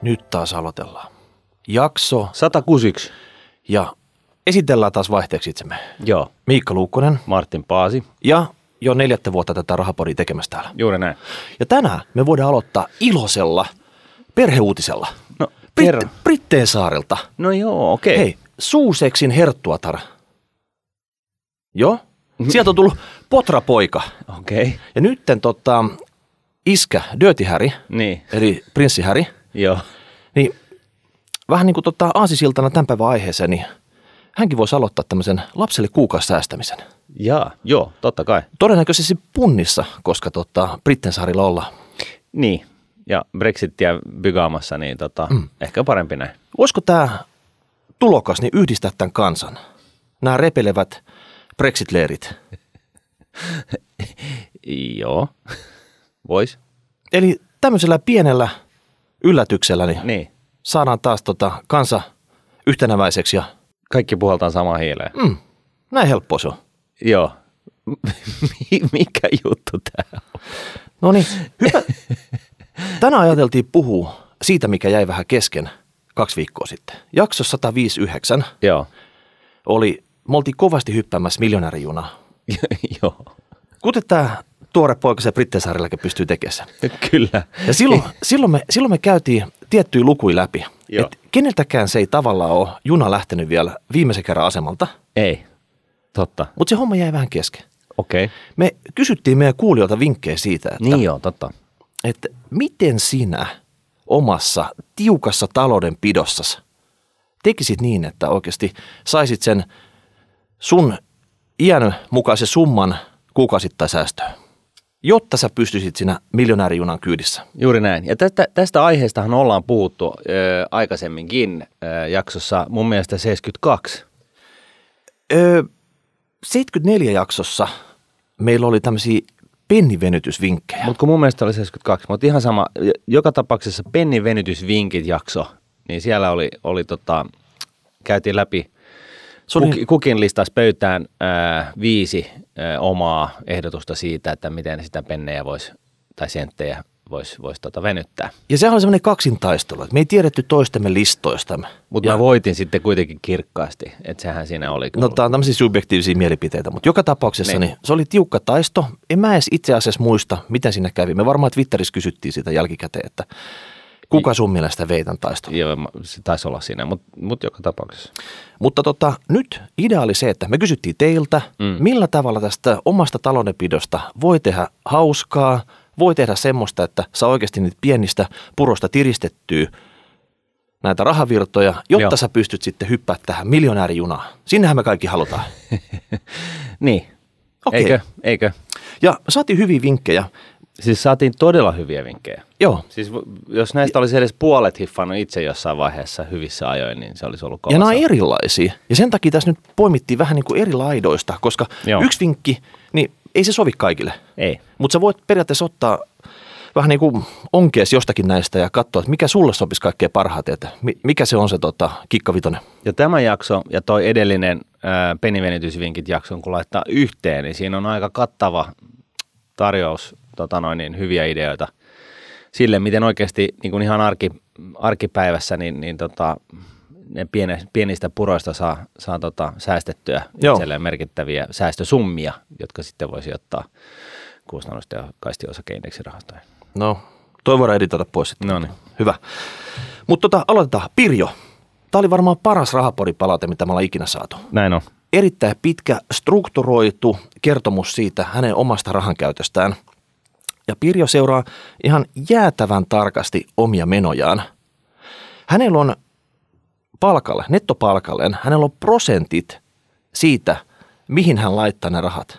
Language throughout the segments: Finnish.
Nyt taas aloitellaan. Jakso 161. ja esitellään taas vaihteeksi itsemme. Joo. Miikka Luukkonen Martin Paasi. ja jo 4. vuotta tätä Rahapodia tekemässä täällä. Juuri näin. Ja tänään me voidaan aloittaa iloisella perheuutisella. No, Britteen saarilta. No joo, okei. Hei, Suuseksin herttuatar. Joo? Sieltä on tullut potrapoika. Okei. Ja nytten iskä Dirty Harry, Niin, eli prinssi Harry, joo. niin vähän niin kuin aasisiltana tämän päivän aiheeseen, niin hänkin voisi aloittaa tämmöisen lapselle kuukausisäästämisen. Joo, totta kai. Todennäköisesti punnissa, koska Britten saarilla ollaan. Niin, ja Brexitia bygaamassa, niin ehkä parempi näin. Voisiko tämä tulokas niin yhdistää tämän kansan? Nämä repelevät Brexit-leirit. Joo, vois. Eli tämmöisellä pienellä yllätyksellä niin saadaan taas kansa yhtenäväiseksi ja Kaikki puhaltaan samaan hiileen. näin helppoa se on. Joo. Mikä juttu tää on? No niin, hyvä. Tänään ajateltiin puhua siitä, mikä jäi vähän kesken 2 viikkoa sitten. Jakso 159 Joo. me oltiin kovasti hyppäämässä miljonäärijunaa. Joo. Kuten tämä tuore poika se Brittesaarillakin pystyy tekemään sen. Kyllä. Ja silloin me käytiin tiettyjä lukuja läpi. Että keneltäkään se ei tavallaan ole juna lähtenyt vielä viimeisen kerran asemalta. Ei. Totta. Mutta se homma jäi vähän kesken. Okei. Me kysyttiin meidän kuulijoilta vinkkejä siitä, että, Niin joo, totta. että miten sinä omassa tiukassa taloudenpidossasi tekisit niin, että oikeasti saisit sen sun iän mukaisen summan kuukausittain säästöön, jotta sä pystyisit siinä miljonäärijunan kyydissä. Juuri näin. Ja tästä aiheestahan ollaan puhuttu aikaisemminkin jaksossa mun mielestä 72. 74 jaksossa meillä oli tämmöisiä pennivenytysvinkkejä. Mutta kun mun mielestä oli 72, mutta ihan sama, joka tapauksessa pennivenytysvinkit jakso, niin siellä käytiin läpi, kukin listasi pöytään 5 omaa ehdotusta siitä, että miten sitä pennejä tai senttejä voisi venyttää. Ja sehän oli semmoinen kaksintaistelu, että me ei tiedetty toistemme listoistamme. Mutta mä voitin sitten kuitenkin kirkkaasti, että sehän siinä oli. No tämä on tämmöisiä subjektiivisia mielipiteitä, mutta joka tapauksessa niin se oli tiukka taisto. En mä edes itse asiassa muista, miten siinä kävi. Me varmaan Twitterissä kysyttiin sitä jälkikäteen, että kuka sun mielestä vei tämän taiston? Joo, se taisi olla siinä, mutta joka tapauksessa. Mutta nyt idea oli se, että me kysyttiin teiltä, millä tavalla tästä omasta taloudenpidosta voi tehdä hauskaa, voi tehdä semmoista, että saa oikeasti niitä pienistä purosta tiristettyä näitä rahavirtoja, jotta sä pystyt sitten hyppää tähän miljonäärijunaan. Sinnehän me kaikki halutaan. Niin, Okei. Eikö? Ja saatiin hyviä vinkkejä. Siis saatiin todella hyviä vinkkejä. Joo. Siis jos näistä olisi edes puolet hiffannut itse jossain vaiheessa hyvissä ajoin, niin se olisi ollut kovassa. Ja nämä on erilaisia. Ja sen takia tässä nyt poimittiin vähän niin kuin eri laidoista, koska yksi vinkki, niin ei se sovi kaikille. Ei. Mutta sä voit periaatteessa ottaa vähän niin kuin onkees jostakin näistä ja katsoa, että mikä sulle sopisi kaikkein parhaiten, että mikä se on se kikkavitonen. Ja tämä jakso ja toi edellinen pennivenitysvinkit jakson, kun laittaa yhteen, niin siinä on aika kattava tarjous hyviä ideoita sille, miten oikeasti niin kuin ihan arkipäivässä niin ne pienistä puroista saa säästettyä itselleen merkittäviä säästösummia, jotka sitten voisi ottaa kustannusten ja kaistiosakeindeksirahastoihin. No, toi voidaan editoida pois sitten. No niin. Hyvä. Mutta aloitetaan. Pirjo. Tämä oli varmaan paras Rahapodin-palaute, mitä me ollaan ikinä saatu. Näin on. Erittäin pitkä, strukturoitu kertomus siitä hänen omasta rahankäytöstään. Ja Pirjo seuraa ihan jäätävän tarkasti omia menojaan. Hänellä on nettopalkalleen, hänellä on prosentit siitä, mihin hän laittaa ne rahat.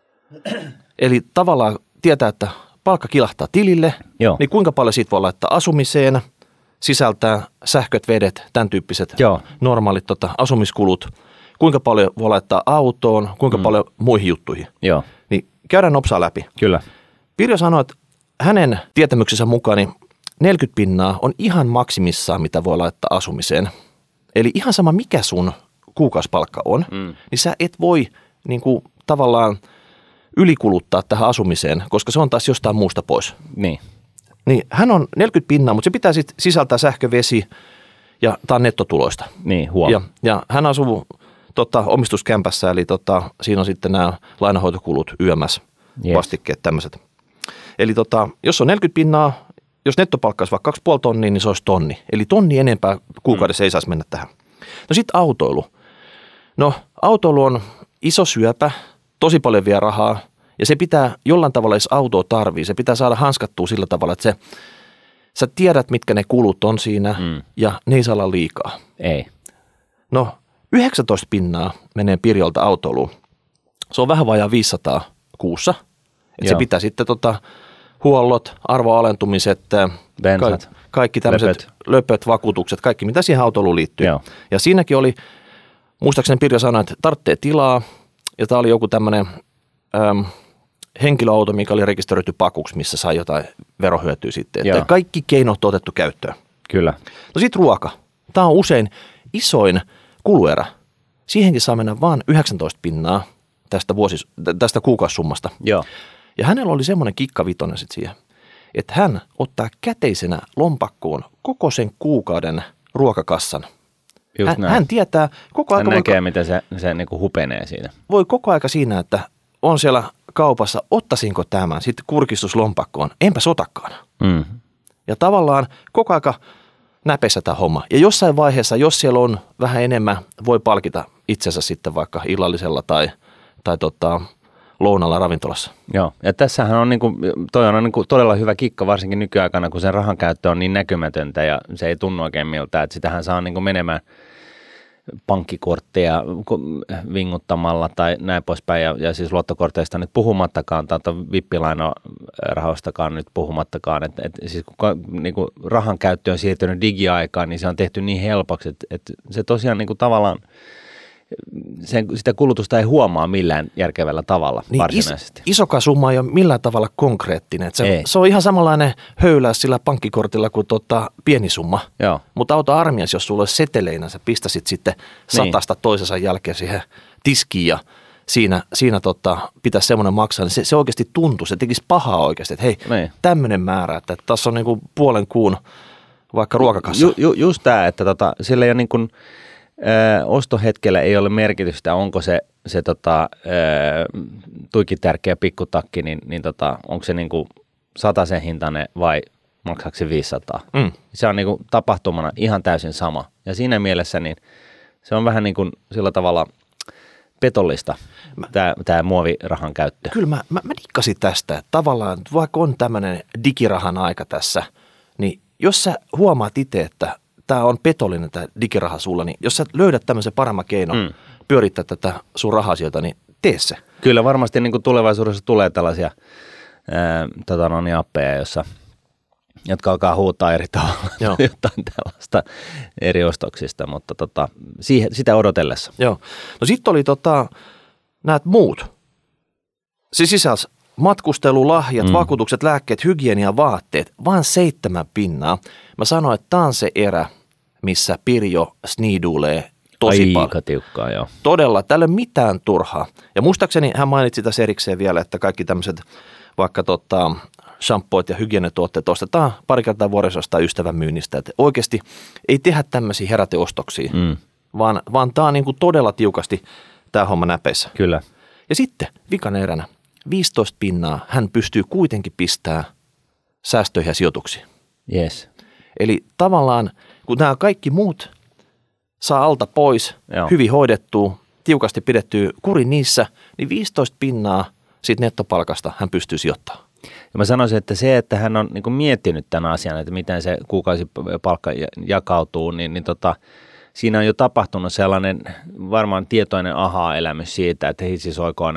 Eli tavallaan tietää, että palkka kilahtaa tilille, niin kuinka paljon siitä voi laittaa asumiseen, sisältää sähköt, vedet, tämän tyyppiset normaalit asumiskulut, kuinka paljon voi laittaa autoon, kuinka paljon muihin juttuihin. Joo. Niin käydään nopsaa läpi. Kyllä. Pirjo sanoi, että hänen tietämyksensä mukaan niin 40% on ihan maksimissaan, mitä voi laittaa asumiseen. Eli ihan sama, mikä sun kuukausipalkka on, niin sä et voi niin kuin, tavallaan ylikuluttaa tähän asumiseen, koska se on taas jostain muusta pois. Niin. Niin hän on 40 pinnaa, mutta se pitää sitten sisältää sähkövesi ja tämä on nettotuloista. Niin, huom. Ja hän asuu omistuskämpässä, eli siinä on sitten nämä lainahoitokulut, YMS, vastikkeet, tämmöiset. Eli jos on 40 pinnaa, jos nettopalkka olisi vaikka 2,5 tonnia, niin se olisi tonni. Eli tonni enempää kuukaudessa ei saisi mennä tähän. No sitten autoilu. No autoilu on iso syöpä, tosi paljon vie rahaa ja se pitää jollain tavalla, jos autoa tarvii, se pitää saada hanskattua sillä tavalla, että sä tiedät, mitkä ne kulut on siinä ja ne ei saa olla liikaa. Ei. No 19 pinnaa menee Pirjolta autoiluun. Se on vähän vajaa 500 kuussa. Se pitää sitten huollot, arvoalentumiset, kaikki tämmöiset löpöt, vakuutukset, kaikki mitä siihen autoiluun liittyy. Joo. Ja siinäkin oli, muistaakseni Pirjo sanoi, että tarvitsee tilaa ja tämä oli joku tämmöinen henkilöauto, mikä oli rekisteröity pakuksi, missä sai jotain verohyötyä sitten. Että kaikki keinot on otettu käyttöön. Kyllä. No sitten ruoka. Tämä on usein isoin kuluerä. Siihenkin saa mennä vain 19 pinnaa tästä kuukausisummasta. Joo. Ja hänellä oli semmoinen kikkavitonen sitten siihen, että hän ottaa käteisenä lompakkoon koko sen kuukauden ruokakassan. Hän tietää koko ajan. Hän näkee, miten se niinku hupenee siinä. Voi koko aika siinä, että on siellä kaupassa, ottaisinko tämän sitten kurkistuslompakkoon, enpä sotakaan. Ja tavallaan koko aika näpeissä tämä homma. Ja jossain vaiheessa, jos siellä on vähän enemmän, voi palkita itsensä sitten vaikka illallisella tai lounalla ravintolassa. Joo, ja tässähän on, toi on todella hyvä kikka, varsinkin nykyaikana, kun sen rahan käyttö on niin näkymätöntä ja se ei tunnu oikein miltä, että sitähän saa menemään pankkikortteja vinguttamalla tai näin poispäin, ja siis luottokorteista nyt puhumattakaan, tai vippilainarahoistakaan nyt puhumattakaan, että siis kun rahan käyttö on siirtynyt digiaikaan, niin se on tehty niin helpoksi, että se tosiaan tavallaan sitä kulutusta ei huomaa millään järkevällä tavalla niin varsinaisesti. Isoka summa ei ole millään tavalla konkreettinen. Se on ihan samanlainen höyläys sillä pankkikortilla kuin pieni summa. Mutta auta armias, jos sulla olisi seteleinä, sä pistäisit sitten satasta toisensa jälkeen siihen tiskiin ja siinä pitäisi semmoinen maksaa, niin se oikeasti tuntuu, se tekisi pahaa oikeasti, että hei, tämmöinen määrä, että tässä on puolen kuun vaikka ruokakassa. Just tämä, että sillä ei ole ostohetkellä ei ole merkitystä, onko se tuikin tärkeä pikkutakki, niin onko se 100 hintainen vai maksaako se 500. Se on tapahtumana ihan täysin sama. Ja siinä mielessä niin se on vähän sillä tavalla petollista, tämä muovirahan käyttö. Kyllä mä dikkasin tästä, että tavallaan vaikka on tämmöinen digirahan aika tässä, niin jos sä huomaat itse, että tämä on petollinen tämä digiraha sulla, niin jos sä löydät tämmöisen paremman keinon pyörittää tätä sun rahasijoita, niin tee se. Kyllä varmasti tulevaisuudessa tulee tällaisia appeja, jotka alkaa huutaa eri tavalla jotain tällaista eri ostoksista, mutta sitä odotellessa. Joo. No sitten oli näet muut. Se sisälsi matkustelu, lahjat, vakuutukset, lääkkeet, hygienia, vaatteet, vaan 7 pinnaa. Mä sanoin, että tämä on se erä, missä Pirjo sniidulee tosi paljon. Aika tiukkaa, joo. Todella, täällä ei ole mitään turhaa. Ja muistaakseni hän mainitsi tässä erikseen vielä, että kaikki tämmöiset vaikka shampoit ja hygienituotteet ostetaan pari kertaa vuodessa jostain ystävän myynnistä. Että oikeasti ei tehdä tämmöisiä heräteostoksia, vaan tämä on todella tiukasti tämä homma näpeissä. Kyllä. Ja sitten vikana eränä 15 pinnaa hän pystyy kuitenkin pistämään säästöihin ja sijoituksiin. Yes. Eli tavallaan, kun nämä kaikki muut saa alta pois, hyvin hoidettua, tiukasti pidettyä kuri niissä, niin 15 pinnaa siitä nettopalkasta hän pystyy sijoittamaan. Ja mä sanoisin, että se, että hän on miettinyt tämän asian, että miten se kuukausipalkka jakautuu, niin siinä on jo tapahtunut sellainen varmaan tietoinen aha-elämys siitä, että hitsis oikoon,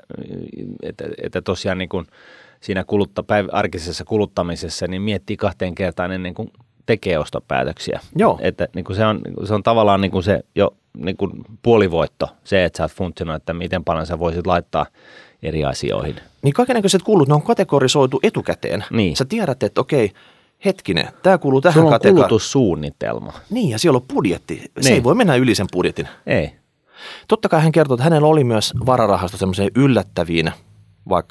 että tosiaan siinä arkisessa kuluttamisessa niin miettii 2 kertaa ennen kuin tekee ostopäätöksiä. Joo. Että se on tavallaan se jo puolivoitto, se, että sä oot funtsinoit, että miten paljon sä voisit laittaa eri asioihin. Niin kaikennäköiset kulut, ne on kategorisoitu etukäteen. Niin. Sä tiedät, että okei, hetkinen, tämä kuuluu tähän kategoriaan. Sulla on kulutussuunnitelma. Niin, ja siellä on budjetti. Se ei voi mennä yli sen budjetin. Ei. Totta kai hän kertoo, että hänellä oli myös vararahasto semmoiseen yllättäviin, vaikka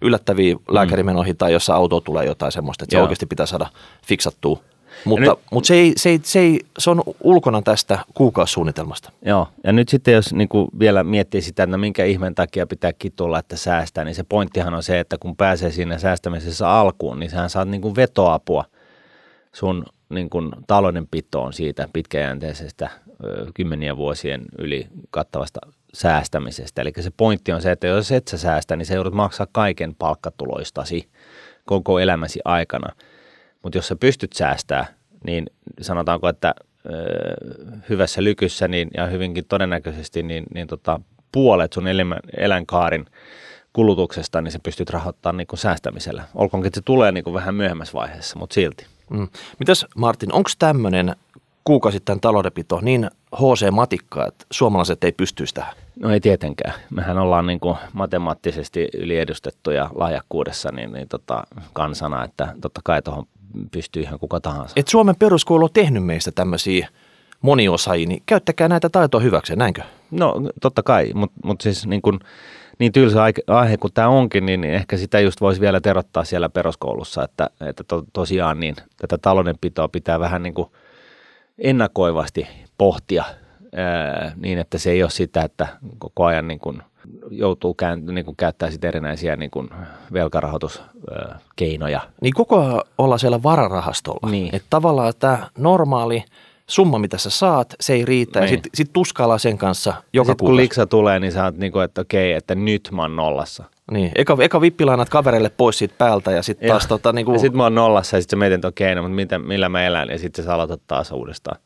yllättäviä lääkärimenoihin tai jossa auto tulee jotain semmoista, että se oikeasti pitää saada fiksattua. Mutta se on ulkona tästä kuukausisuunnitelmasta. Joo, ja nyt sitten jos niin kuin vielä miettii sitä, että minkä ihmeen takia pitää kitulla, että säästää, niin se pointtihan on se, että kun pääsee siinä säästämisessä alkuun, niin sähän saat niin kuin vetoapua sun niin kuin taloudenpitoon siitä pitkäjänteisestä 10 vuosien yli kattavasta säästämisestä. Eli se pointti on se, että jos et sä säästä, niin sä joudut maksaa kaiken palkkatuloistasi koko elämäsi aikana. Mutta jos sä pystyt säästämään, niin sanotaanko, että hyvässä lykyssä ja hyvinkin todennäköisesti puolet sun eläinkaarin kulutuksesta, niin sä pystyt rahoittamaan niin kuin säästämisellä. Olkoonkin, että se tulee niin kuin vähän myöhemmässä vaiheessa, mutta silti. Mitäs Martin, onko tämmöinen kuukausittain taloudenpito niin HC-matikkaa, että suomalaiset ei pystyisi tähän? No ei tietenkään. Mehän ollaan niin kuin matemaattisesti yliedustettuja lahjakkuudessa kansana, että totta kai tuohon pystyy ihan kuka tahansa. Et Suomen peruskoulu on tehnyt meistä tämmöisiä moniosaajia, niin käyttäkää näitä taitoja hyväkseen, näinkö? No totta kai, mutta siis niin tylsä aihe kuin tämä onkin, niin ehkä sitä just voisi vielä terottaa siellä peruskoulussa, että tosiaan niin tätä taloudenpitoa pitää vähän niin kuin ennakoivasti pohtia niin, että se ei ole sitä, että koko ajan niin kuin joutuu käyttää sitten erinäisiä niin kuin velkarahoituskeinoja. Niin koko ajan ollaan siellä vararahastolla. Niin. Että tavallaan tämä normaali summa, mitä sä saat, se ei riitä niin. Ja sit tuskaillaan sen kanssa joka kuukausi. Kun liksa tulee, niin sä oot niin kuin, että okei, että nyt mä oon nollassa. Niin, eka vippilainat kavereille pois siitä päältä ja sitten taas niin kuin... Ja sitten mä oon nollassa ja sitten sä mietit, että okei, no, mutta millä mä elän ja sitten sä aloitat taas uudestaan.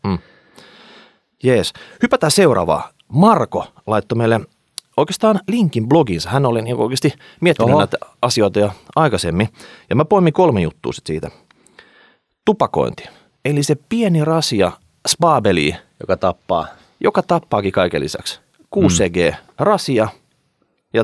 Jees. Hypätään seuraavaan. Marko laittoi meille oikeastaan linkin blogiinsa. Hän oli niin oikeasti miettinyt näitä asioita jo aikaisemmin. Ja mä poimin 3 juttua sit siitä. Tupakointi. Eli se pieni rasia spabeli. Joka tappaakin kaiken lisäksi. 6 EG rasia. Ja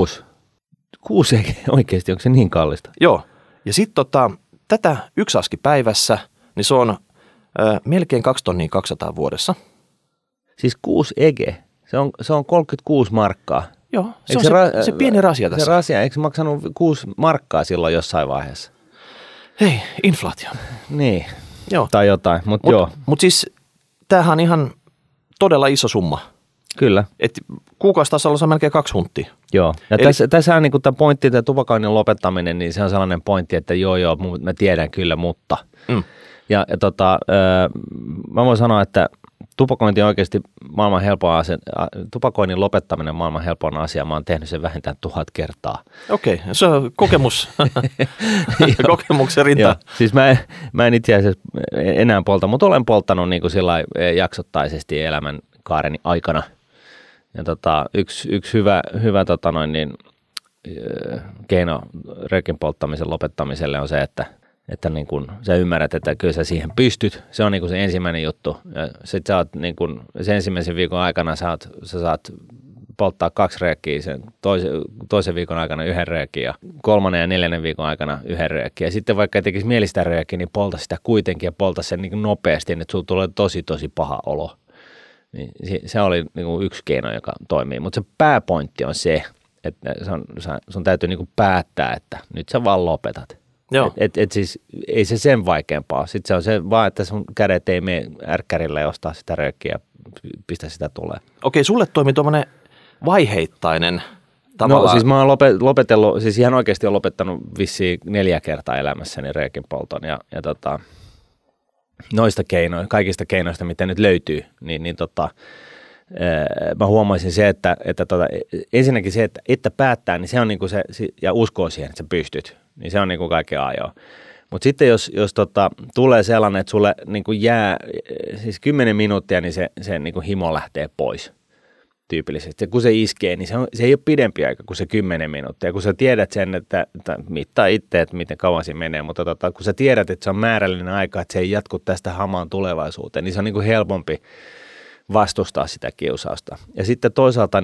6 EG oikeasti, onko se niin kallista? Joo. Ja sitten tätä 1 aski päivässä, niin se on melkein 2 200 vuodessa. Siis 6 EG? Se on 36 markkaa. Joo, se on se pieni rasia tässä. Se rasia, eikö se maksanut 6 markkaa silloin jossain vaiheessa? Hei, inflaatio. Niin, joo. Tai jotain, mutta joo. Mutta siis tämähän on ihan todella iso summa. Kyllä. Et kuukausitasolla se on melkein 2 hunttia. Joo, ja tässä on niinku tämä pointti, tämä tupakoinnin lopettaminen, niin se on sellainen pointti, että joo, mä tiedän kyllä, mutta. Ja mä voin sanoa, että tupakointi on oikeasti maailman helpoin asia. Tupakoinnin lopettaminen on maailman helpoin asia. Mä oon tehnyt sen vähintään 1000 kertaa. Okei, se on kokemus. Kokemuksen rinta. Joo, siis mä en itse asiassa enää polta, mutta olen polttanut niin kuin sillä jaksottaisesti elämänkaareni aikana. Ja yksi hyvä keino röökin polttamisen lopettamiselle on se, että niin kun sä ymmärrät, että kyllä sä siihen pystyt. Se on niin kun se ensimmäinen juttu. Ja sit sä oot niin kun sen ensimmäisen viikon aikana sä saat polttaa 2 röökkiä, sen toisen viikon aikana 1 röökin ja 3. ja 4. viikon aikana 1 röökin. Ja sitten vaikka ei tekisi mieli sitä röökiä, niin polta sitä kuitenkin ja polta sen niin nopeasti, että sulla tulee tosi paha olo. Niin se oli niin kuin yksi keino, joka toimii. Mutta se pääpointti on se, että sun täytyy niin kuin päättää, että nyt sä vaan lopetat. Et siis ei se sen vaikeampaa. Sitten se on se vaan, että sun kädet ei mene ärkkärillä ja ostaa sitä röökkiä ja pistä sitä tulee. Okei, sulle toimi tuommoinen vaiheittainen tavallaan. No siis mä oon lopetellut, siis ihan oikeasti olen lopettanut vissiin 4 kertaa elämässäni röökin polton ja noista kaikista keinoista, mitä nyt löytyy, mä huomaisin se, että ensinnäkin se, että päättää, niin se on niinku se, ja uskoo siihen, että sä pystyt, niin se on niinku kaiken ajoa. Mutta sitten jos tulee sellainen, että sulle niinku jää siis 10 minuuttia, niin se niinku himo lähtee pois tyypillisesti. Kun se iskee, niin se ei ole pidempi aika kuin se 10 minuuttia. Kun sä tiedät sen, että mittaa itse, että miten kauan siinä menee, mutta kun sä tiedät, että se on määrällinen aika, että se ei jatku tästä hamaan tulevaisuuteen, niin se on niinku helpompi vastustaa sitä kiusausta. Ja sitten toisaalta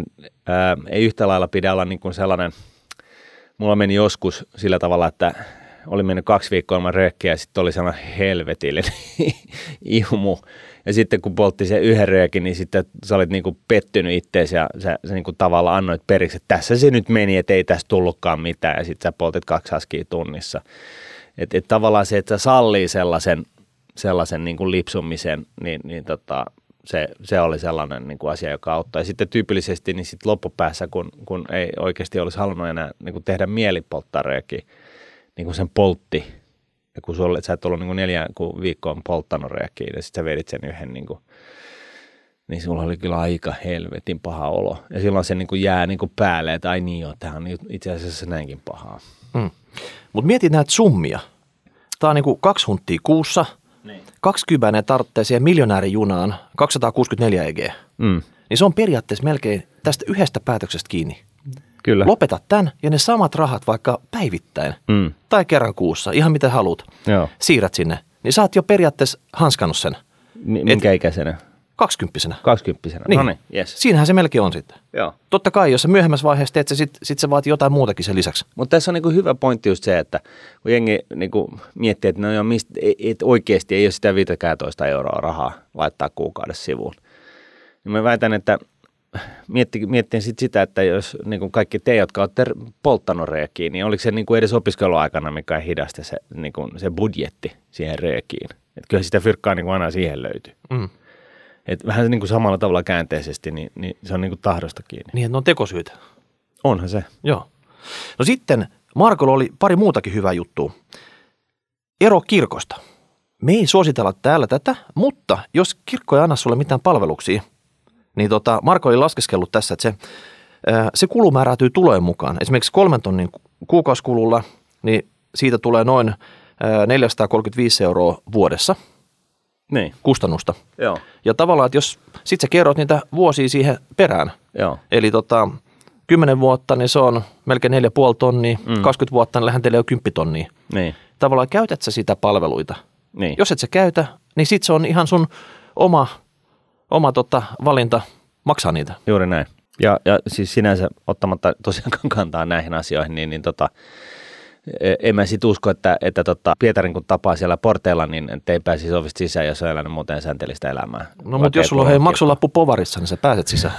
ei yhtä lailla pidä olla niin kuin sellainen, mulla meni joskus sillä tavalla, että oli mennyt 2 viikkoa ilman röökkiä ja sitten oli sellainen helvetillinen ihumu. Ja sitten kun poltti sen yhden röökin, niin sitten sä olit niinku pettynyt itteesi ja sä niinku tavallaan annoit periksi, että tässä se nyt meni, että ei tässä tullutkaan mitään. Ja sitten sä poltit 2 askia tunnissa. Et tavallaan se, että sä sallii sellaisen niinku lipsumisen, niin se oli sellainen niinku asia, joka auttaa. Ja sitten tyypillisesti niin sit loppupäässä, kun ei oikeasti olisi halunnut enää niinku tehdä mieli polttaa röökiä, niin kuin sen poltti. Ja kun sä et ollut niin 4 viikkoa polttanut röökiä ja sitten sä vedit sen yhden, niin sulla oli kyllä aika helvetin paha olo. Ja silloin se jää päälle, että ai niin joo, tämä on itse asiassa näinkin pahaa. Mutta mietit näitä summia. Tämä on 2 hunttia kuussa, niin. 20 tarvitsee siihen miljonäärijunaan 264 EG. Niin se on periaatteessa melkein tästä yhdestä päätöksestä kiinni. Kyllä. Lopeta tämän ja ne samat rahat vaikka päivittäin tai kerran kuussa, ihan mitä haluat, siirrät sinne. Niin sä oot jo periaatteessa hanskannut sen. Minkä ikäisenä? 20-vuotiaana. 20-vuotiaana, niin. No niin, yes. Siinähän se melkein on sitten. Joo. Totta kai, jos sä myöhemmässä vaiheessa teet, sit se vaatii jotain muutakin sen lisäksi. Mutta tässä on hyvä pointti just se, että kun jengi miettii, että et oikeasti ei ole sitä 15 euroa rahaa laittaa kuukaudessa sivuun. Niin mä väitän, että miettiin sitä, että jos kaikki te, jotka olette polttanut röökiin, niin oliko se edes opiskeluaikana, mikä ei hidasta se budjetti siihen röökiin. Että kyllä sitä fyrkkaa aina siihen löytyy. Et vähän samalla tavalla käänteisesti, niin se on tahdosta kiinni. Niin, että ne on tekosyitä. Onhan se. Joo. No sitten Markolla oli pari muutakin hyvää juttua. Ero kirkosta. Me ei suositella täällä tätä, mutta jos kirkko ei anna sulle mitään palveluksia, niin Marko oli laskeskellut tässä, että se kulu määräytyy tulojen mukaan. Esimerkiksi 3 tonnin kuukausikululla, niin siitä tulee noin 435 euroa vuodessa niin. Kustannusta. Joo. Ja tavallaan, että jos sit sä kerrot niitä vuosia siihen perään, joo. Eli 10 vuotta, niin se on melkein 4,5 tonnia, 20 vuotta, niin lähentelee jo 10 tonnia. Niin. Tavallaan käytät sä sitä palveluita. Niin. Jos et sä käytä, niin sit se on ihan sun oma valinta maksaa niitä. Juuri näin. Ja siis sinänsä ottamatta tosiaankaan kantaa näihin asioihin, niin en mä sit usko, että Pietarin kun tapaa siellä porteilla, niin ei pääsisi ovista sisään, jos on elänyt muuten säntellistä elämää. No mutta jos sulla on maksulappu povarissa, niin sä pääset sisään.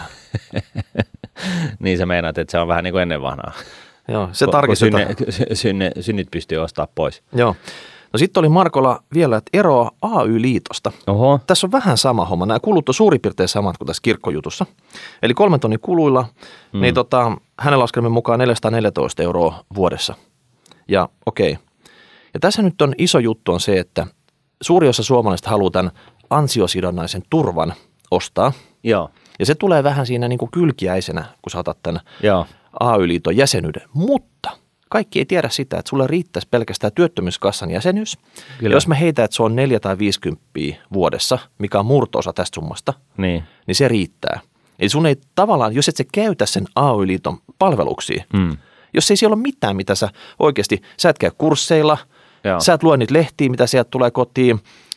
Niin sä meinaat, että se on vähän niin kuin ennen vanhaa. Joo, se tarkistetaan. Synnit pystyy ostaa pois. Joo. No sitten oli Markolla vielä, että eroa AY-liitosta. Oho. Tässä on vähän sama homma. Nämä kulut on suurin piirtein samat kuin tässä kirkkojutussa. Eli 3 tonnin kuluilla, niin hänen laskelmien mukaan 414 euroa vuodessa. Ja okei. Ja tässä nyt on iso juttu on se, että suuri osa suomalaisista haluaa tämän ansiosidonnaisen turvan ostaa. Joo. Ja se tulee vähän siinä niin kuin kylkiäisenä, kun saatat tämän AY-liiton jäsenyyden. Mutta kaikki ei tiedä sitä, että sulle riittäisi pelkästään työttömyyskassan jäsenyys. Kyllä. Jos mä heitän, että se on 4 tai 50 vuodessa, mikä on murto-osa tästä summasta, niin se riittää. Eli sun ei tavallaan, jos et sä käytä sen AY-liiton palveluksia, jos ei siellä ole mitään, mitä sä oikeasti, sä et käy kursseilla, sä et lue niitä lehtiä, mitä sieltä tulee kotiin,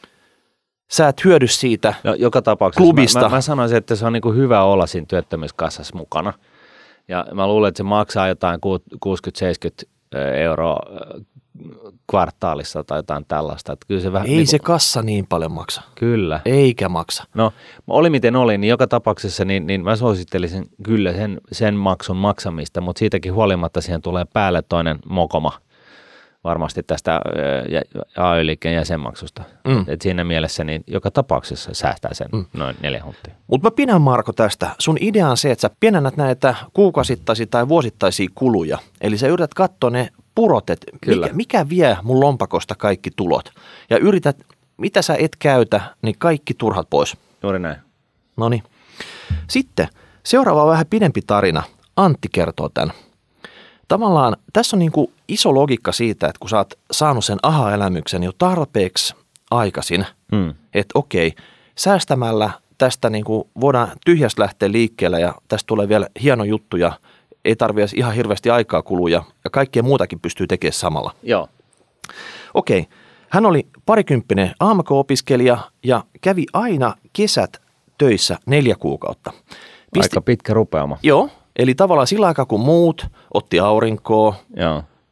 sä et hyödy siitä joka tapauksessa klubista. Mä sanoisin, että se on niin hyvä olla siinä työttömyyskassassa mukana. Ja mä luulen, että se maksaa jotain 60-70 euroa kvartaalissa tai jotain tällaista. Että kyllä se vähän, ei se kassa niin paljon maksa. Kyllä. Eikä maksa. No oli miten oli, niin joka tapauksessa niin mä suosittelisin kyllä sen maksun maksamista, mutta siitäkin huolimatta siihen tulee päälle toinen mokoma varmasti tästä AY-liikkeen jäsenmaksusta. Et siinä mielessä niin joka tapauksessa säästää sen noin 4 hunttia. Mutta mä pidän, Marko, tästä. Sun idea on se, että sä pienennät näitä kuukausittaisia tai vuosittaisia kuluja. Eli sä yrität katsoa ne purot, että mikä vie mun lompakosta kaikki tulot. Ja yrität, mitä sä et käytä, niin kaikki turhat pois. Juuri näin. Noniin. Sitten seuraava on vähän pidempi tarina. Antti kertoo tämän. Tavallaan tässä on niin kuin iso logiikka siitä, että kun sä oot saanut sen aha-elämyksen jo tarpeeksi aikaisin, että okei, säästämällä tästä niin kuin voidaan tyhjästä lähteä liikkeelle ja tästä tulee vielä hieno juttu ja ei tarvitse ihan hirveästi aikaa kuluja ja kaikkea muutakin pystyy tekemään samalla. Joo. Okei, hän oli 20 AMK-opiskelija ja kävi aina kesät töissä 4 kuukautta. Aika pitkä rupeama. Joo. Eli tavallaan sillä aikaa, kun muut otti aurinkoa,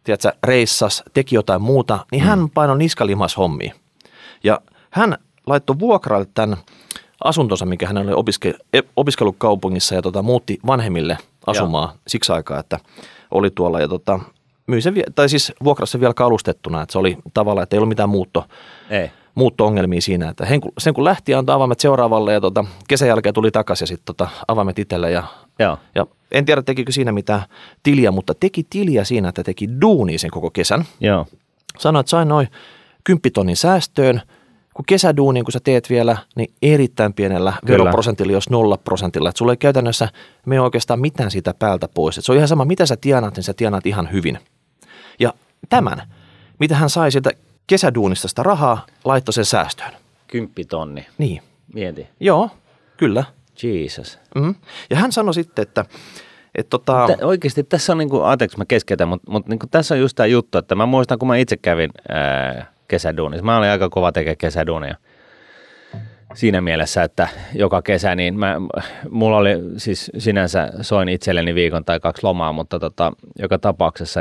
tiedätkö, reissas, teki jotain muuta, niin hän painoi niskalimas hommia. Ja hän laittoi vuokralle tämän asuntonsa, mikä hän oli opiskellut kaupungissa ja muutti vanhemmille asumaan siksi aikaa, että oli tuolla ja myi sen, tai siis vuokrasi sen vielä kalustettuna, että se oli tavallaan, että ei ollut mitään muutto-ongelmia siinä, että sen kun lähti antoi avaimet seuraavalle ja kesän jälkeen tuli takaisin ja sitten avaimet itselle ja en tiedä tekikö siinä mitään tiliä, mutta teki tiliä siinä, että teki duunia sen koko kesän. Joo. Sanoi, että sain noin 10 000 säästöön, kun kesäduunin, kun sä teet vielä, niin erittäin pienellä veroprosentilla, jos 0%, että sulla ei käytännössä mene oikeastaan mitään siitä päältä pois. Että se on ihan sama, mitä sä tienaat, niin sä tienaat ihan hyvin. Ja tämän, mitä hän sai sieltä kesäduunista sitä rahaa, laittoi sen säästöön. 10 000. Niin. Mieti. Joo, kyllä. Jesus. Mm-hmm. Ja hän sanoi sitten, että oikeasti tässä on, anteeksi mä keskeytän, mutta tässä on just tämä juttu, että mä muistan, kun mä itse kävin kesäduunissa. Mä olin aika kova tekemään kesäduunia siinä mielessä, että joka kesä, niin mulla oli siis sinänsä soin itselleni viikon tai 2 lomaa, mutta joka tapauksessa,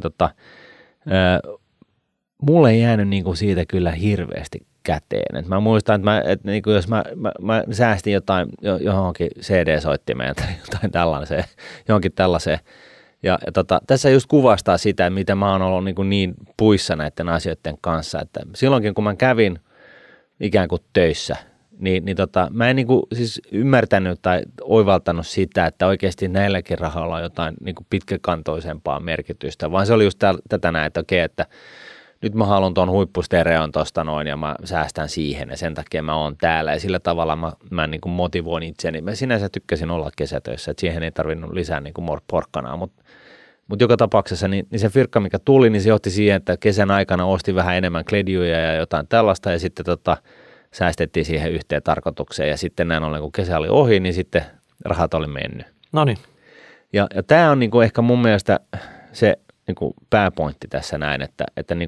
mulle ei jäänyt siitä kyllä hirveästi käteen. Et mä muistan, että jos mä säästin johonkin CD-soittimeen tai jotain tällaiseen, johonkin tällaiseen. Ja tässä just kuvastaa sitä, mitä mä oon ollut niin puissa näiden asioiden kanssa, että silloinkin kun mä kävin ikään kuin töissä, niin mä en siis ymmärtänyt tai oivaltanut sitä, että oikeasti näilläkin rahalla on jotain pitkäkantoisempaa merkitystä, vaan se oli just tätä näin, että okei, että nyt mä haluan tuon huippustereon tosta noin ja mä säästän siihen ja sen takia mä oon täällä ja sillä tavalla mä motivoin itseni. Mä sinänsä tykkäsin olla kesätöissä, että siihen ei tarvinnut lisää porkkanaa, mutta joka tapauksessa niin se firkka, mikä tuli, niin se johti siihen, että kesän aikana osti vähän enemmän kledjuja ja jotain tällaista ja sitten säästettiin siihen yhteen tarkoitukseen ja sitten näin ollen, kun kesä oli ohi, niin sitten rahat oli mennyt. Noniin. Ja tämä on ehkä mun mielestä se pääpointti tässä näin, että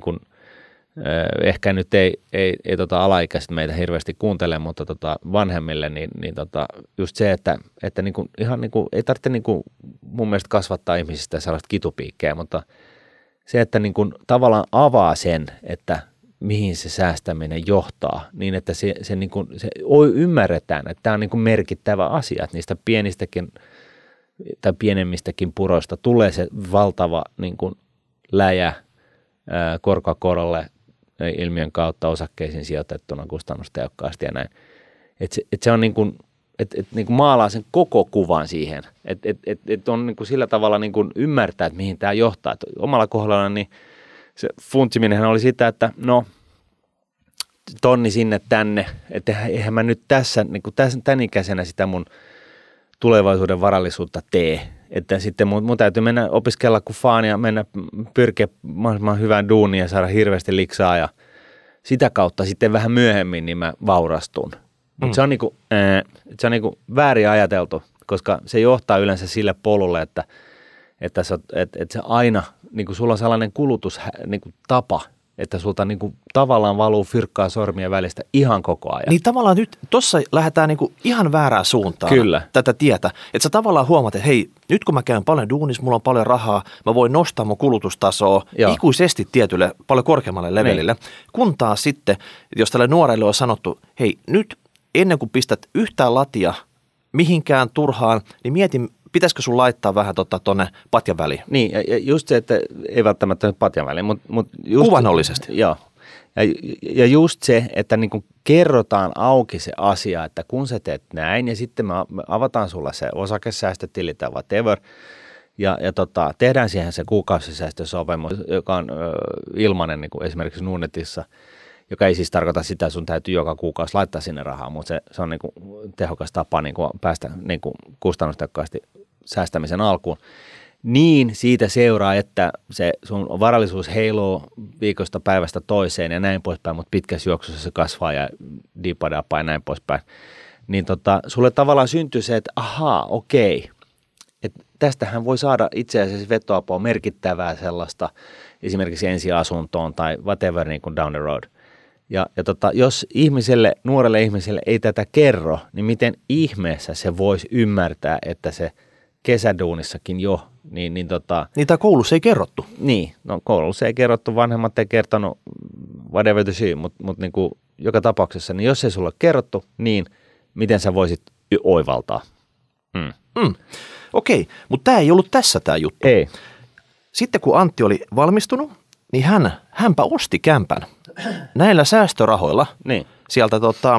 ehkä nyt ei alaikäiset meitä hirveästi kuuntele, mutta vanhemmille, niin just se, että ihan ei tarvitse mun mielestä kasvattaa ihmisistä sellaista kitupiikkejä, mutta se, että tavallaan avaa sen, että mihin se säästäminen johtaa, niin että se ymmärretään, että tämä on merkittävä asia, että niistä pienistäkin tai pienemmistäkin puroista tulee se valtava läjä korkokorolle ilmiön kautta osakkeisiin sijoitettuna kustannustehokkaasti ja näin. Et se on maalaa sen koko kuvan siihen, että on sillä tavalla ymmärtää, että mihin tämä johtaa. Et omalla kohdalla niin se funtsiminenhän oli sitä, että no tonni sinne tänne, että eihän mä nyt tässä tämän ikäisenä sitä mun tulevaisuuden varallisuutta tee. Että sitten mun täytyy mennä opiskella kuin faan ja mennä pyrkiä mahdollisimman hyvään duuniin ja saada hirveästi liksaa ja sitä kautta sitten vähän myöhemmin niin mä vaurastun. Mutta se on väärin ajateltu, koska se johtaa yleensä sille polulle, että se aina, sulla on sellainen kulutustapa, että sulta tavallaan valuu fyrkkaa sormien välistä ihan koko ajan. Niin tavallaan nyt tuossa lähdetään ihan väärään suuntaan. Kyllä. Tätä tietä. Että sä tavallaan huomaat, että hei, nyt kun mä käyn paljon duunissa, mulla on paljon rahaa, mä voin nostaa mun kulutustasoa ikuisesti tietylle paljon korkeammalle levelille. Niin. Kun taas sitten, jos tälle nuorelle on sanottu, hei nyt ennen kuin pistät yhtään latia mihinkään turhaan, niin mieti, pitäisikö sun laittaa vähän tuonne patjan väliin? Niin, ja just se, että ei välttämättä patjan väliin, mutta just kuvannollisesti. Joo. Ja just se, että kerrotaan auki se asia, että kun sä teet näin, ja sitten me avataan sulla se osakesäästötili tai whatever, ja tehdään siihen se kuukausisäästösopimus, joka on ilmainen esimerkiksi Nordnetissä, joka ei siis tarkoita sitä, että sun täytyy joka kuukausi laittaa sinne rahaa, mutta se on tehokas tapa päästä kustannustehokkaasti säästämisen alkuun. Niin siitä seuraa, että se sun varallisuus heiluu viikosta päivästä toiseen ja näin poispäin, mutta pitkässä juoksussa se kasvaa ja diipadapa ja näin poispäin. Niin sulle tavallaan syntyy se, että ahaa, okei, että tästähän voi saada itse asiassa vetoapua merkittävää sellaista esimerkiksi ensiasuntoon tai whatever down the road. Ja jos nuorelle ihmiselle ei tätä kerro, niin miten ihmeessä se voisi ymmärtää, että se kesäduunissakin jo Niin Niitä koulussa ei kerrottu. Niin, no koulussa ei kerrottu, vanhemmat ei kertonut, whatever the syy, mutta niin kuin joka tapauksessa, niin jos ei sulle kerrottu, niin miten sä voisit oivaltaa? Okei, mutta tämä ei ollut tässä tämä juttu. Ei. Sitten kun Antti oli valmistunut, niin hänpä osti kämpän näillä säästörahoilla sieltä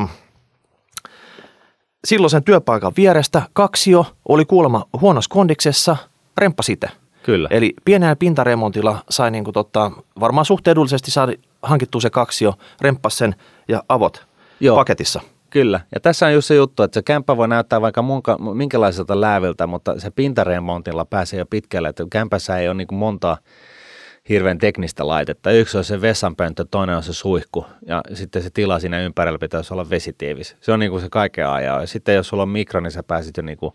silloisen työpaikan vierestä. Kaksio oli kuulemma huonossa kondiksessa, remppa sitä. Kyllä. Eli pienellä pintaremontilla sai niinku varmaan suht edullisesti saada hankittua se kaksio, remppasi sen ja avot paketissa. Kyllä, ja tässä on just se juttu, että se kämppä voi näyttää vaikka minkälaiselta lääviltä, mutta se pintaremontilla pääsee jo pitkälle, että kämpässä ei ole niin kuin montaa hirveän teknistä laitetta. Yksi on se vessanpönttö, toinen on se suihku ja sitten se tila siinä ympärillä pitäisi olla vesitiivis. Se on niin kuin se kaiken ajan. Ja sitten jos sulla on mikro, niin sä pääsit jo niin kuin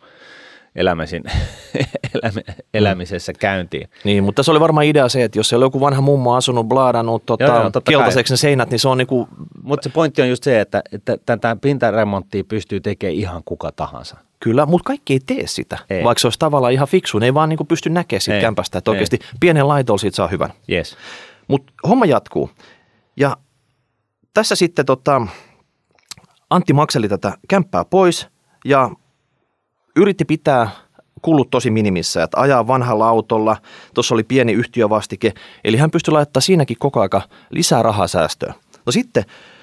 elämisessä käyntiin. Niin, mutta se oli varmaan idea se, että jos siellä on joku vanha mummo asunut, blaadannut keltaiseksi ne seinät, niin se on niinku... Mutta se pointti on just se, että tätä pintaremonttia pystyy tekemään ihan kuka tahansa. Kyllä, mutta kaikki ei tee sitä, vaikka se olisi tavallaan ihan fiksu. Ne ei vaan niinku pysty näkemään siitä kämpästä, että oikeasti pienen laitolla siitä saa hyvän. Yes. Mutta homma jatkuu. Ja tässä sitten Antti makseli tätä kämppää pois ja yritti pitää kulut tosi minimissä, että ajaa vanhalla autolla, tuossa oli pieni yhtiövastike, eli hän pystyi laittamaan siinäkin koko aika lisää rahaa säästöön. No sitten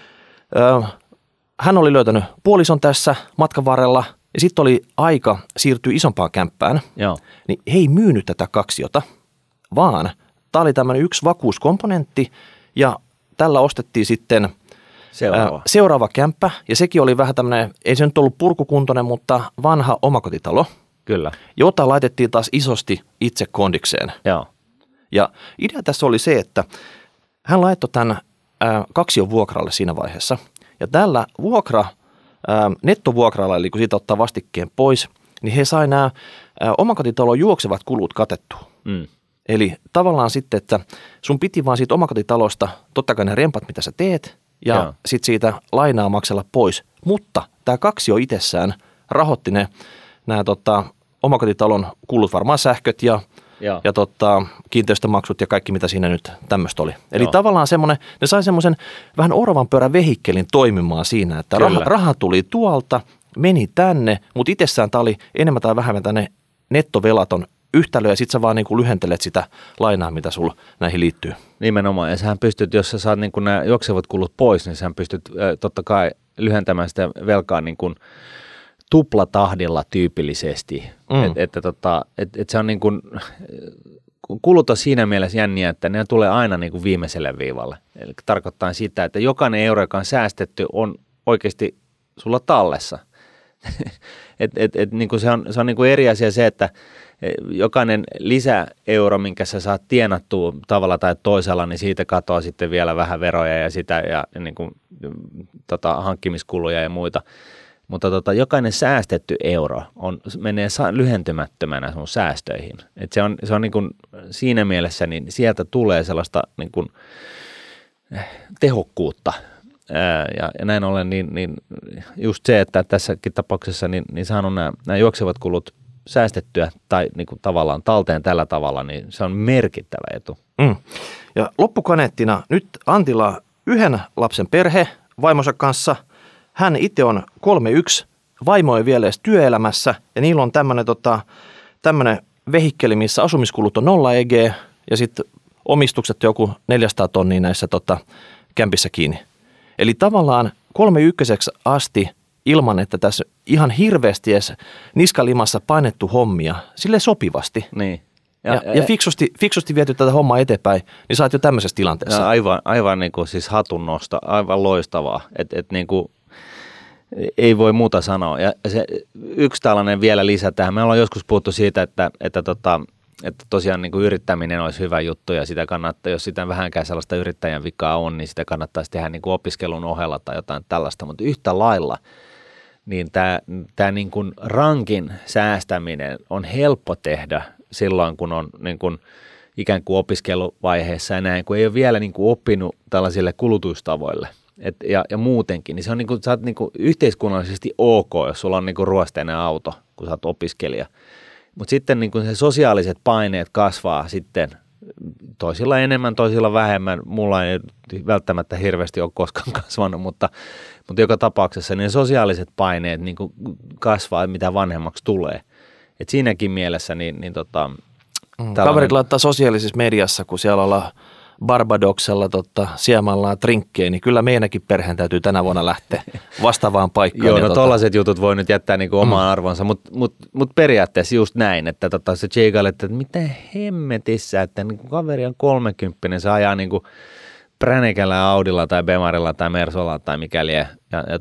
hän oli löytänyt puolison tässä matkan varrella, ja sitten oli aika siirtyä isompaan kämppään, niin he ei myynyt tätä kaksiota, vaan tämä oli tämmöinen yksi vakuuskomponentti, ja tällä ostettiin sitten seuraava kämppä, ja sekin oli vähän tämmöinen, ei se nyt ollut purkukuntoinen, mutta vanha omakotitalo. Kyllä. Jota laitettiin taas isosti itse kondikseen. Joo. Ja idea tässä oli se, että hän laittoi tämän kaksion vuokralle siinä vaiheessa. Ja tällä nettovuokralla, eli kun siitä ottaa vastikkeen pois, niin he sai nämä omakotitalon juoksevat kulut katettua. Eli tavallaan sitten, että sun piti vaan siitä omakotitalosta, totta kai ne rempat, mitä sä teet, ja sitten siitä lainaa maksella pois. Mutta tämä kaksio itsessään rahoitti nämä omakotitalon kulut, varmaan sähköt ja kiinteistömaksut ja kaikki, mitä siinä nyt tämmöistä oli. Eli tavallaan semmoinen, ne sai semmoisen vähän oravan pyörän vehikkelin toimimaan siinä, että raha tuli tuolta, meni tänne, mutta itsessään tämä oli enemmän tai vähemmän tänne nettovelaton yhtälö, ja sitten sä vaan niin kuin lyhentelet sitä lainaa, mitä sulla näihin liittyy. Nimenomaan, ja sähän pystyt, jos sä saat niin kuin nämä juoksevat kulut pois, niin sähän pystyt totta kai lyhentämään sitä velkaa niin kuin tuplatahdilla tyypillisesti. Että se on niin kuin, kulut on siinä mielessä jänniä, että ne tulee aina niin kuin viimeiselle viivalle. Eli tarkoittaa sitä, että jokainen euro, joka on säästetty, on oikeasti sulla tallessa. Niin kuin se on niin kuin eri asia se, että jokainen lisäeuro, minkä sä saat tienattua tavalla tai toisella, niin siitä katoaa sitten vielä vähän veroja ja sitä ja niin kuin, hankkimiskuluja ja muita. Mutta jokainen säästetty euro menee lyhentymättömänä sun säästöihin. Et se on niin kuin siinä mielessä, niin sieltä tulee sellaista niin kuin tehokkuutta. Ja näin ollen, niin just se, että tässäkin tapauksessa niin saanut nämä juoksevat kulut säästettyä tai niin kuin tavallaan talteen tällä tavalla, niin se on merkittävä etu. Ja loppukaneettina nyt Antilla yhden lapsen perhe vaimonsa kanssa. Hän itse on 3-1, vaimo ei vielä edes työelämässä ja niillä on tämmöinen vehikkeli, missä asumiskulut on 0 EG ja sitten omistukset joku 400 tonnia näissä kämpissä kiinni. Eli tavallaan 3-1 asti ilman, että tässä ihan hirveästi edes niskalimassa painettu hommia, sille sopivasti. Niin. Ja fiksusti viety tätä hommaa eteenpäin, niin sä oot jo tämmöisessä tilanteessa. Aivan niin kuin siis hatunnosta, aivan loistavaa. Niin kuin ei voi muuta sanoa. Ja se yksi tällainen vielä lisä tähän. Me ollaan joskus puhuttu siitä, että tosiaan niin kuin yrittäminen olisi hyvä juttu ja sitä kannattaa, jos sitä vähänkään sellaista yrittäjän vikaa on, niin sitä kannattaisi tehdä niin kuin opiskelun ohella tai jotain tällaista. Mutta yhtä lailla, niin tämä niin kuin rankin säästäminen on helppo tehdä silloin, kun on niin kuin ikään kuin opiskeluvaiheessa ja näin, kun ei ole vielä niin kuin oppinut tällaisille kulutustavoille. Ja muutenkin, niin se on niin kuin, sä oot niin kuin yhteiskunnallisesti ok, jos sulla on niin kuin ruosteinen auto, kun sä oot opiskelija. Mutta sitten niin kuin se sosiaaliset paineet kasvaa sitten toisilla enemmän, toisilla vähemmän. Mulla ei välttämättä hirveästi ole koskaan kasvanut, mutta joka tapauksessa ne sosiaaliset paineet niin kuin kasvaa, mitä vanhemmaksi tulee. Et siinäkin mielessä kaverit laittaa sosiaalisessa mediassa, kun siellä ollaan Barbadoksella siemallaan trinkkejä, niin kyllä meidänkin perheen täytyy tänä vuonna lähteä vastaavaan paikkaan. Joo, no tollaiset jutut voi nyt jättää niinku omaan arvonsa, mutta periaatteessa just näin, että se Jake että mitä hemmetissä, että niinku kaveri on 30, se ajaa niinku pränekällä Audilla tai Bemarilla tai Mersolla tai mikäli, ja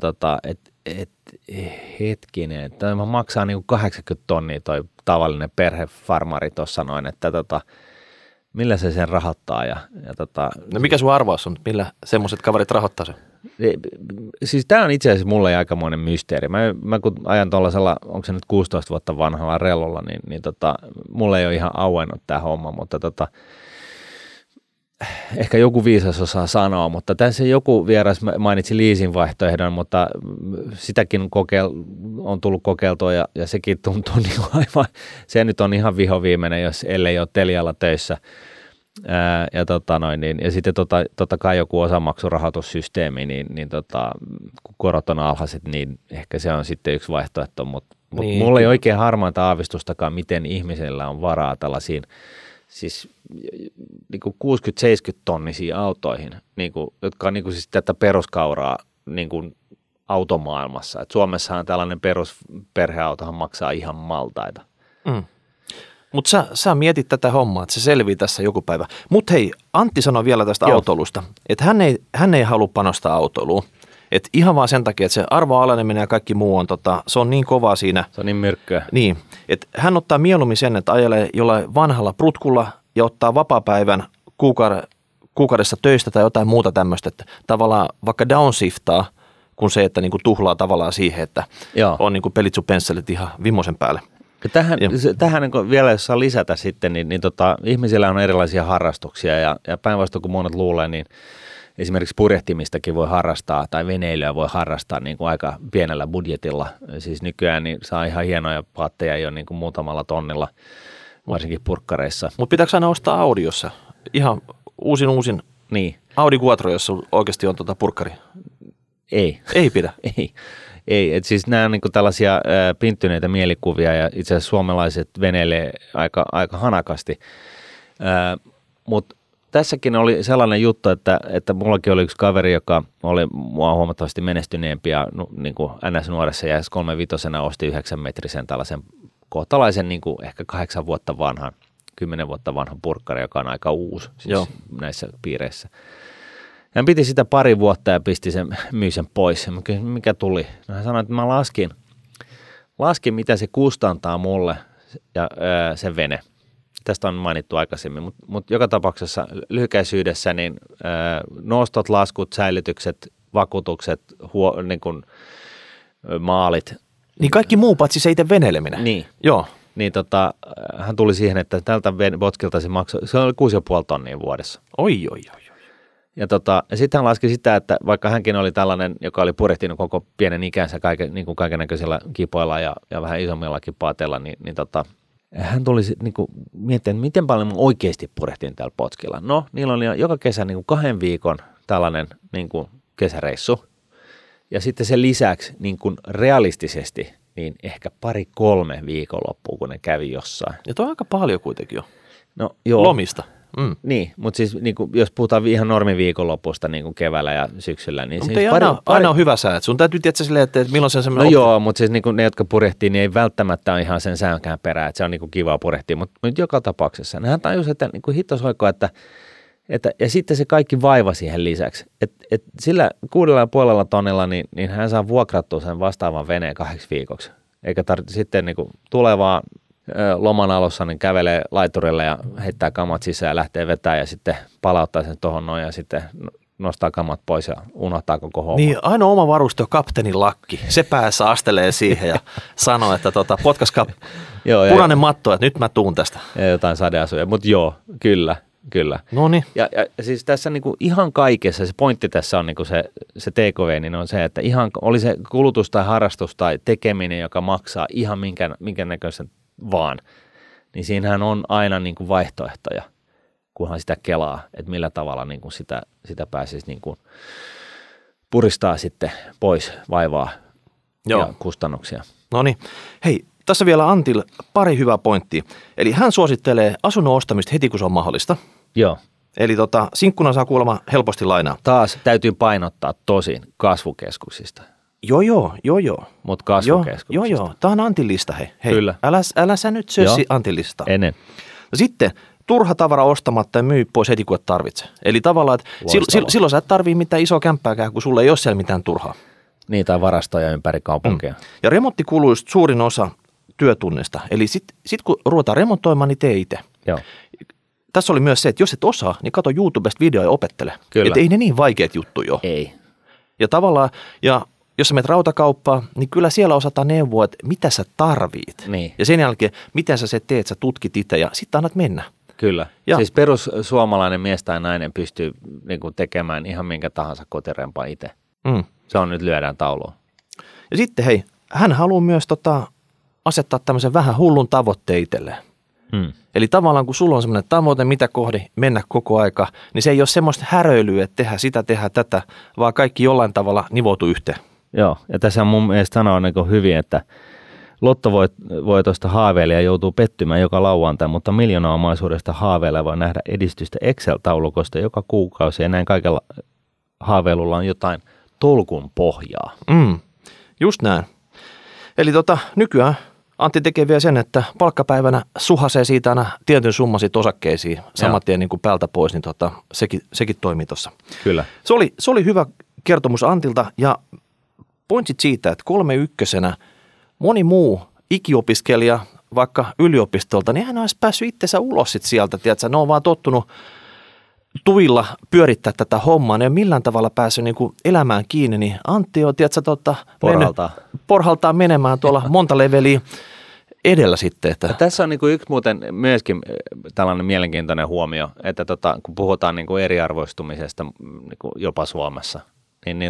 hetkinen, että maksaa niinku 80 tonnia toi tavallinen perhefarmari tuossa noin, että millä se sen rahoittaa. No mikä sun arvaus on, millä semmoiset kaverit rahoittaa sen? Siis tämä on itse asiassa mulle aikamoinen mysteeri. Mä kun ajan tuollaisella, onko se nyt 16 vuotta vanhalla rellolla, niin mulle ei ole ihan auennut tämä homma, mutta ehkä joku viisas osaa sanoa, mutta tässä joku vieras mainitsi leasing-vaihtoehdon, mutta sitäkin on tullut kokeiltua ja sekin tuntuu niin aivan, se nyt on ihan vihoviimeinen, jos ellei ole Telialla töissä. Ja sitten totta kai joku osamaksurahoitussysteemi, niin kun korot on alhaiset, niin ehkä se on sitten yksi vaihtoehto, mutta niin, mulla ei oikein harmainta aavistustakaan, miten ihmisellä on varaa tällaisiin siis niin 60-70 tonnisia autoihin, niin kuin, jotka on niin kuin siis tätä peruskauraa niin kuin automaailmassa. Et Suomessahan tällainen perusperheautohan maksaa ihan maltaita. Mutta sä mietit tätä hommaa, että se selvii tässä joku päivä. Mutta hei, Antti sanoi vielä tästä autoilusta, että hän ei halua panostaa autoiluun. Että ihan vaan sen takia, että se arvoaleneminen ja kaikki muu on, se on niin kovaa siinä. Se on niin myrkkyä. Niin, että hän ottaa mieluummin sen, että ajelee jollain vanhalla prutkulla ja ottaa vapaapäivän kuukaudessa töistä tai jotain muuta tämmöistä, että tavallaan vaikka downshiftaa, kun se, että niinku tuhlaa tavallaan siihen, että on niinku pelitsupensselit ihan vimosen päälle. Ja tähän niin vielä jos saa lisätä sitten, niin ihmisillä on erilaisia harrastuksia ja päinvastoin kuin monet luulee, niin esimerkiksi purjehtimistakin voi harrastaa tai veneilyä voi harrastaa niin kuin aika pienellä budjetilla. Siis nykyään niin saa ihan hienoja paatteja jo niin kuin muutamalla tonnilla, varsinkin purkkareissa. Mutta pitääkö aina ostaa Audiossa? Ihan uusin niin. Audi Quattro, jossa oikeasti on purkkari? Ei. Ei pidä? Ei, että siis nämä on niinku tällaisia pinttyneitä mielikuvia ja itse asiassa suomalaiset veneilee aika hanakasti, mutta tässäkin oli sellainen juttu, että mullakin oli yksi kaveri, joka oli mua huomattavasti menestyneempi ja niin kuin NS-nuoressa ja 35 osti 9-metrisen tällaisen kohtalaisen niin kuin ehkä 8 vuotta vanhan, 10 vuotta vanhan purkkari, joka on aika uusi siis näissä piireissä. Hän piti sitä pari vuotta ja myi sen pois. Mikä tuli? No hän sanoi, että mä laskin mitä se kustantaa mulle ja sen vene. Tästä on mainittu aikaisemmin, mutta joka tapauksessa lyhykäisyydessä niin nostot, laskut, säilytykset, vakuutukset, niin kuin, maalit. Niin kaikki muu paitsi se itse veneileminen. Niin. Joo. Niin hän tuli siihen, että tältä Botskilta se maksoi, se oli 6,5 tonnia vuodessa. Oi. Ja sitten hän laski sitä, että vaikka hänkin oli tällainen, joka oli purjehtinut koko pienen ikänsä niin kuin kaikennäköisillä kipoilla ja vähän isommillakin paateilla, niin hän tuli niin miettimään, miten paljon mä oikeasti purjehtin täällä Botskilla. No, niillä oli joka kesä niin 2 viikon tällainen niin kuin kesäreissu. Ja sitten sen lisäksi niin kuin realistisesti niin ehkä 2-3 viikonloppua, kun ne kävi jossain. Ja toi on aika paljon kuitenkin jo. No, joo. Lomista. Niin, mutta siis niin kuin, jos puhutaan ihan normiviikonlopusta niin kuin keväällä ja syksyllä, niin mutta siis aina on hyvä sää. Sun täytyy tietää silleen, että milloin se on semmoinen... No joo, mutta siis niin kuin ne, jotka purjehtii, niin ei välttämättä ole ihan sen säänkään perään, että se on niin kuin kivaa purjehtia, mutta joka tapauksessa. Nehän tajus, että niin kuin hittosoikko, että ja sitten se kaikki vaiva siihen lisäksi. Että sillä 6,5 tonnilla, niin hän saa vuokrattua sen vastaavan veneen 2 viikoksi. Eikä tarvitse sitten niin kuin tulevaa loman alussa niin kävelee laiturille ja heittää kamat sisään ja lähtee vetämään ja sitten palauttaa sen tuohon noin ja sitten nostaa kamat pois ja unohtaa koko homma. Niin, ainoa oma varuste on kapteenin lakki. Se päässä astelee siihen ja sanoo, että potkaska punainen matto, että nyt mä tuun tästä. Ja jotain sadeasuja, mutta joo, kyllä. Noniin. Ja siis tässä niinku ihan kaikessa, se pointti tässä on niinku se TKV, niin on se, että ihan oli se kulutus tai harrastus tai tekeminen, joka maksaa ihan minkä näköisen vaan, niin siinähän on aina niin kuin vaihtoehtoja, kunhan sitä kelaa, että millä tavalla niin kuin sitä pääsisi niin kuin puristaa sitten pois vaivaa ja kustannuksia. No niin, hei, tässä vielä Antil pari hyvää pointtia. Eli hän suosittelee asunnon ostamista heti, kun se on mahdollista. Joo. Eli sinkkuna saa kuulemma helposti lainaa. Taas täytyy painottaa tosin kasvukeskuksista. Joo. Mutta kasvukeskuksista. Joo. Tämä on Antin lista, hei. Kyllä. Älä sä nyt sössi Antin listaa. Ennen. No sitten turha tavara ostamatta ja myy pois heti, kun et tarvitse. Eli tavallaan, että silloin sä et tarvii mitään isoa kämppääkään, kun sulla ei ole siellä mitään turhaa. Niin, tai varastoja ympäri kaupunkia. Ja remonttikuluista suurin osa työtunnista. Eli sit kun ruvetaan remontoimaan, niin tee itse. Joo. Tässä oli myös se, että jos et osaa, niin kato YouTubesta video ja opettele. Kyllä. Että ei ne niin vaikeat juttuja ole. Ei. Ja tavallaan, jos sä menet rautakauppaan, niin kyllä siellä osataan neuvoa, että mitä sä tarvit. Niin. Ja sen jälkeen, miten sä se teet, sä tutkit itse ja sitten annat mennä. Kyllä. Ja siis perussuomalainen mies tai nainen pystyy niin kuin tekemään ihan minkä tahansa kotirempa itse. Se on nyt lyödään tauluun. Ja sitten hei, hän haluaa myös asettaa tämmöisen vähän hullun tavoitteen itselleen. Eli tavallaan kun sulla on semmoinen tavoite, mitä kohdi mennä koko aika, niin se ei ole semmoista häröilyä, että tehdä tätä, vaan kaikki jollain tavalla nivoutuu yhteen. Joo, ja tässä mun mielestä sanoo niin hyvin, että lottovoitosta haaveilija joutuu pettymään joka lauantai, mutta miljoonaomaisuudesta haaveileva nähdä edistystä Excel-taulukosta joka kuukausi, ja näin kaikella haaveilulla on jotain tolkun pohjaa. Just näin. Eli nykyään Antti tekee vielä sen, että palkkapäivänä suhasee siitä aina tietyn summan sit osakkeisiin saman tien niin kuin päältä pois, niin sekin toimii tuossa. Kyllä. Se oli hyvä kertomus Antilta ja pointsit siitä, että 3.1. moni muu ikiopiskelija vaikka yliopistolta, niin hän olisi päässyt itsensä ulos sit sieltä, tiedätkö? Ne on vaan tottunut tuilla pyörittää tätä hommaa, ne ei ole millään tavalla päässyt niin kuin elämään kiinni, niin Antti on, tiedätkö, porhaltaa menemään tuolla monta leveliä edellä sitten. Että. Tässä on niin kuin yksi muuten myöskin tällainen mielenkiintoinen huomio, että kun puhutaan niin kuin eriarvoistumisesta niin kuin jopa Suomessa, niin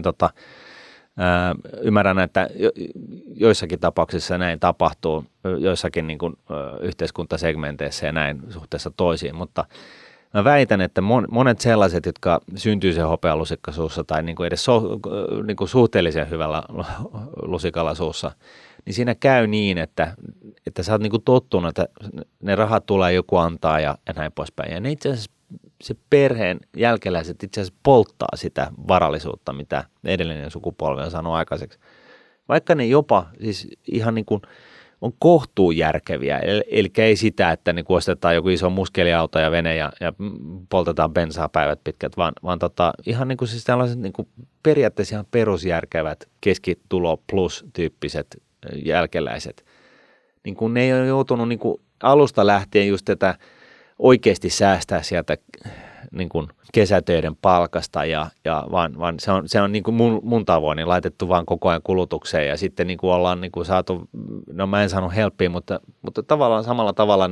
ymmärrän, että joissakin tapauksissa näin tapahtuu, joissakin niin kuin yhteiskuntasegmenteissä ja näin suhteessa toisiin, mutta mä väitän, että monet sellaiset, jotka syntyy sen hopealusikka suussa tai niin kuin edes niin kuin suhteellisen hyvällä lusikalla suussa, niin siinä käy niin, että sä oot niin kuin tottunut, että ne rahat tulee joku antaa ja näin poispäin. Ja ne itse asiassa se perheen jälkeläiset itse asiassa polttaa sitä varallisuutta, mitä edellinen sukupolvi on saanut aikaiseksi. Vaikka ne jopa siis ihan niin kuin on kohtuujärkeviä, eli ei sitä, että niin ostetaan joku iso muskeliauto ja vene ja poltetaan bensaa päivät pitkät, vaan ihan niin kuin siis tällaiset niin kuin periaatteessa ihan perusjärkevät keskitulo plus tyyppiset jälkeläiset. Niin kuin ne ei ole joutunut niin kuin alusta lähtien just tätä oikeasti säästää sieltä niin kuin kesätöiden palkasta, vaan se on niin kuin mun tavoin niin laitettu vaan koko ajan kulutukseen ja sitten niin kuin ollaan niin kuin saatu, no mä en saanut helppiä, mutta tavallaan samalla tavalla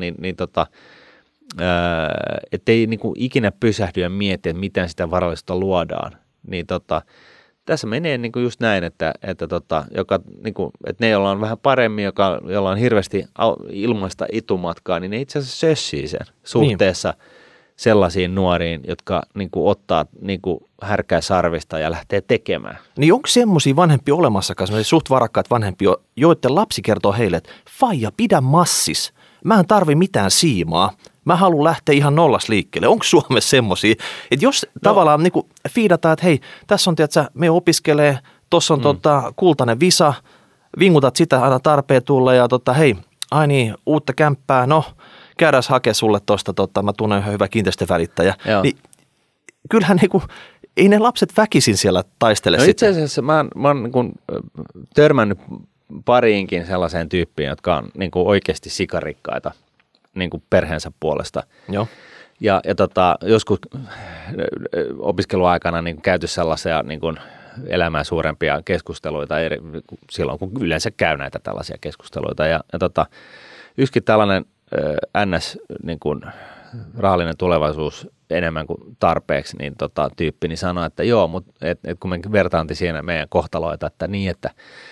ettei niin kuin ikinä pysähdy ja mieti, että miten sitä varallisuutta luodaan, niin tässä menee niin kuin just näin, että ne, joilla on vähän paremmin, joilla on hirveästi ilmaista itumatkaa, niin ne itse asiassa sössii sen suhteessa sellaisiin nuoriin, jotka niin kuin ottaa niin kuin härkää sarvista ja lähtee tekemään. Niin onko semmoisia vanhempia olemassakaan, semmoisia suht varakkaat vanhempia, joiden lapsi kertoo heille, että faija, pidä massis, mä en tarvi mitään siimaa, mä haluan lähteä ihan nollas liikkeelle. Onko Suomessa semmoisia, että jos tavallaan niin kuin fiidataan, että hei, tässä on, tiedätkö, me opiskelee, tuossa on kultainen visa, vingutat sitä aina tarpeen tulla ja hei, ai niin, uutta kämppää, no käydään hakea sulle tuosta, mä tunnen yhden hyvä kiinteistövälittäjä. Niin, kyllähän niinku, ei ne lapset väkisin siellä taistele sitä. Itse asiassa mä oon niin törmännyt pariinkin sellaiseen tyyppiin, jotka on niin kuin oikeasti sikarikkaita niin kuin perheensä puolesta. Joo. Ja joskus opiskeluaikana niin käyty sellaisia niin kuin elämää suurempia keskusteluita silloin, kun yleensä käy näitä tällaisia keskusteluita. Ja yksikin tällainen NS niin kuin rahallinen tulevaisuus enemmän kuin tarpeeksi, niin tyyppi niin sanoi, että joo, mutta kun me vertaanti siinä meidän kohtaloita, että niin, että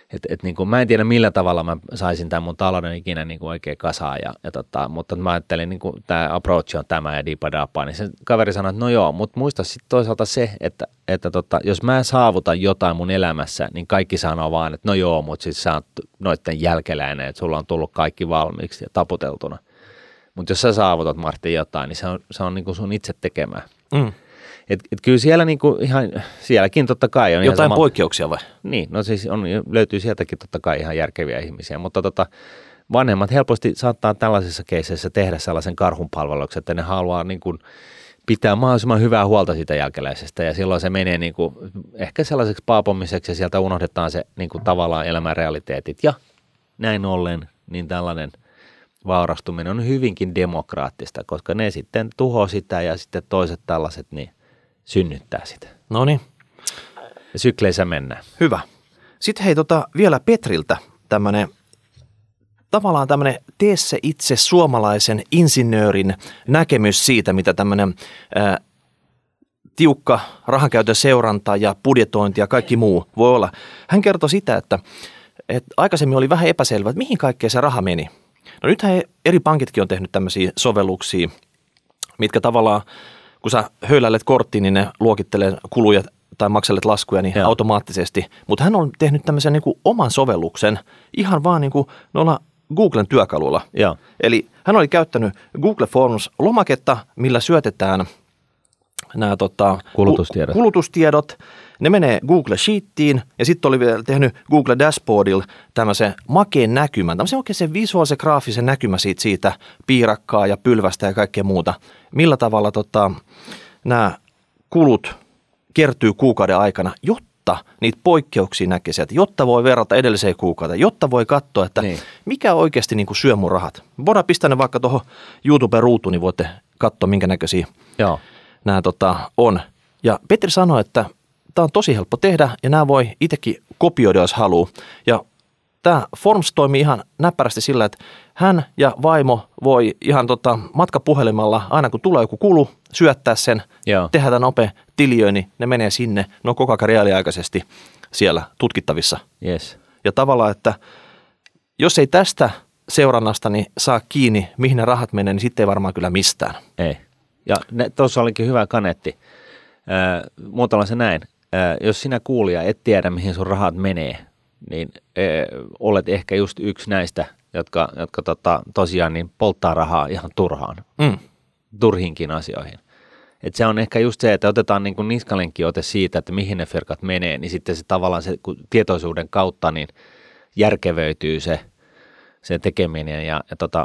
niin kuin, mä en tiedä millä tavalla mä saisin tämän mun talouden ikinä niin kuin oikein kasaan, mutta mä ajattelin, niin kuin tämä approach on tämä ja dipadapaa, niin se kaveri sanoi, että no joo, mutta muista sitten toisaalta se, että jos mä saavutan jotain mun elämässä, niin kaikki sanoo vaan, että no joo, mutta siis sä oot noitten jälkeläinen, että sulla on tullut kaikki valmiiksi ja taputeltuna. Mutta jos sä saavutat, Martti, jotain, niin se on niin kuin sun itse tekemää. Et kyllä siellä niinku ihan, sielläkin totta kai on jotain poikkeuksia vai? Niin, no siis löytyy sieltäkin totta kai ihan järkeviä ihmisiä, mutta vanhemmat helposti saattaa tällaisissa keisseissä tehdä sellaisen karhunpalveluksen, että ne haluaa niinku pitää mahdollisimman hyvää huolta siitä jälkeläisestä ja silloin se menee niinku ehkä sellaiseksi paapomiseksi ja sieltä unohdetaan se niinku tavallaan elämän realiteetit ja näin ollen niin tällainen vaurastuminen on hyvinkin demokraattista, koska ne sitten tuhoaa sitä ja sitten toiset tällaiset niin synnyttää sitä. Noniin. Ja sykleissä mennään. Hyvä. Sitten hei vielä Petriltä tavallaan tämmöinen tee se itse suomalaisen insinöörin näkemys siitä, mitä tämmöinen tiukka rahankäytön seuranta ja budjetointi ja kaikki muu voi olla. Hän kertoi sitä, että aikaisemmin oli vähän epäselvää, että mihin kaikkeen se raha meni. No nythän eri pankitkin on tehnyt tämmöisiä sovelluksia, mitkä tavallaan, kun sä höyläilet korttiin, niin ne luokittelee kuluja tai makselet laskuja niin automaattisesti. Mutta hän on tehnyt tämmöisen niin kuin oman sovelluksen ihan vaan niin kuin noilla Googlen työkaluilla. Ja. Eli hän oli käyttänyt Google Forms-lomaketta, millä syötetään nämä kulutustiedot. Ne menee Google Sheetiin ja sitten oli vielä tehnyt Google Dashboardilla tämmöisen makeen näkymän, tämmöisen oikein se visuaalisen graafisen näkymä siitä piirakkaa ja pylvästä ja kaikkea muuta. Millä tavalla nämä kulut kertyy kuukauden aikana, jotta niitä poikkeuksia näkee sieltä, jotta voi verrata edelliseen kuukauteen, jotta voi katsoa, että mikä oikeasti niin kuin syö mun rahat. Voidaan pistää ne vaikka tuohon YouTube-ruutuun, niin voitte katsoa, minkä näköisiä nämä on. Ja Petri sanoi, että tämä on tosi helppo tehdä ja nämä voi itsekin kopioida, jos haluaa. Ja tämä Forms toimii ihan näppärästi sillä, että hän ja vaimo voi ihan matkapuhelimella, aina kun tulee joku kulu, syöttää sen, tehdä tämän nopea tiliöinti, ne menee sinne, ne on koko ajan reaaliaikaisesti siellä tutkittavissa. Yes. Ja tavallaan, että jos ei tästä seurannasta niin saa kiinni, mihin ne rahat menee, niin sitten ei varmaan kyllä mistään. Ei. Ja tuossa olikin hyvä kaneetti. Muotoillaan se näin. Jos sinä kuulija et tiedä, mihin sun rahat menee, niin olet ehkä just yksi näistä, jotka tosiaan niin polttaa rahaa ihan turhaan, turhinkin asioihin. Et se on ehkä just se, että otetaan niin kuin niskalenkki-ote siitä, että mihin ne firkat menee, niin sitten se tavallaan se, kun tietoisuuden kautta niin järkevöityy se tekeminen ja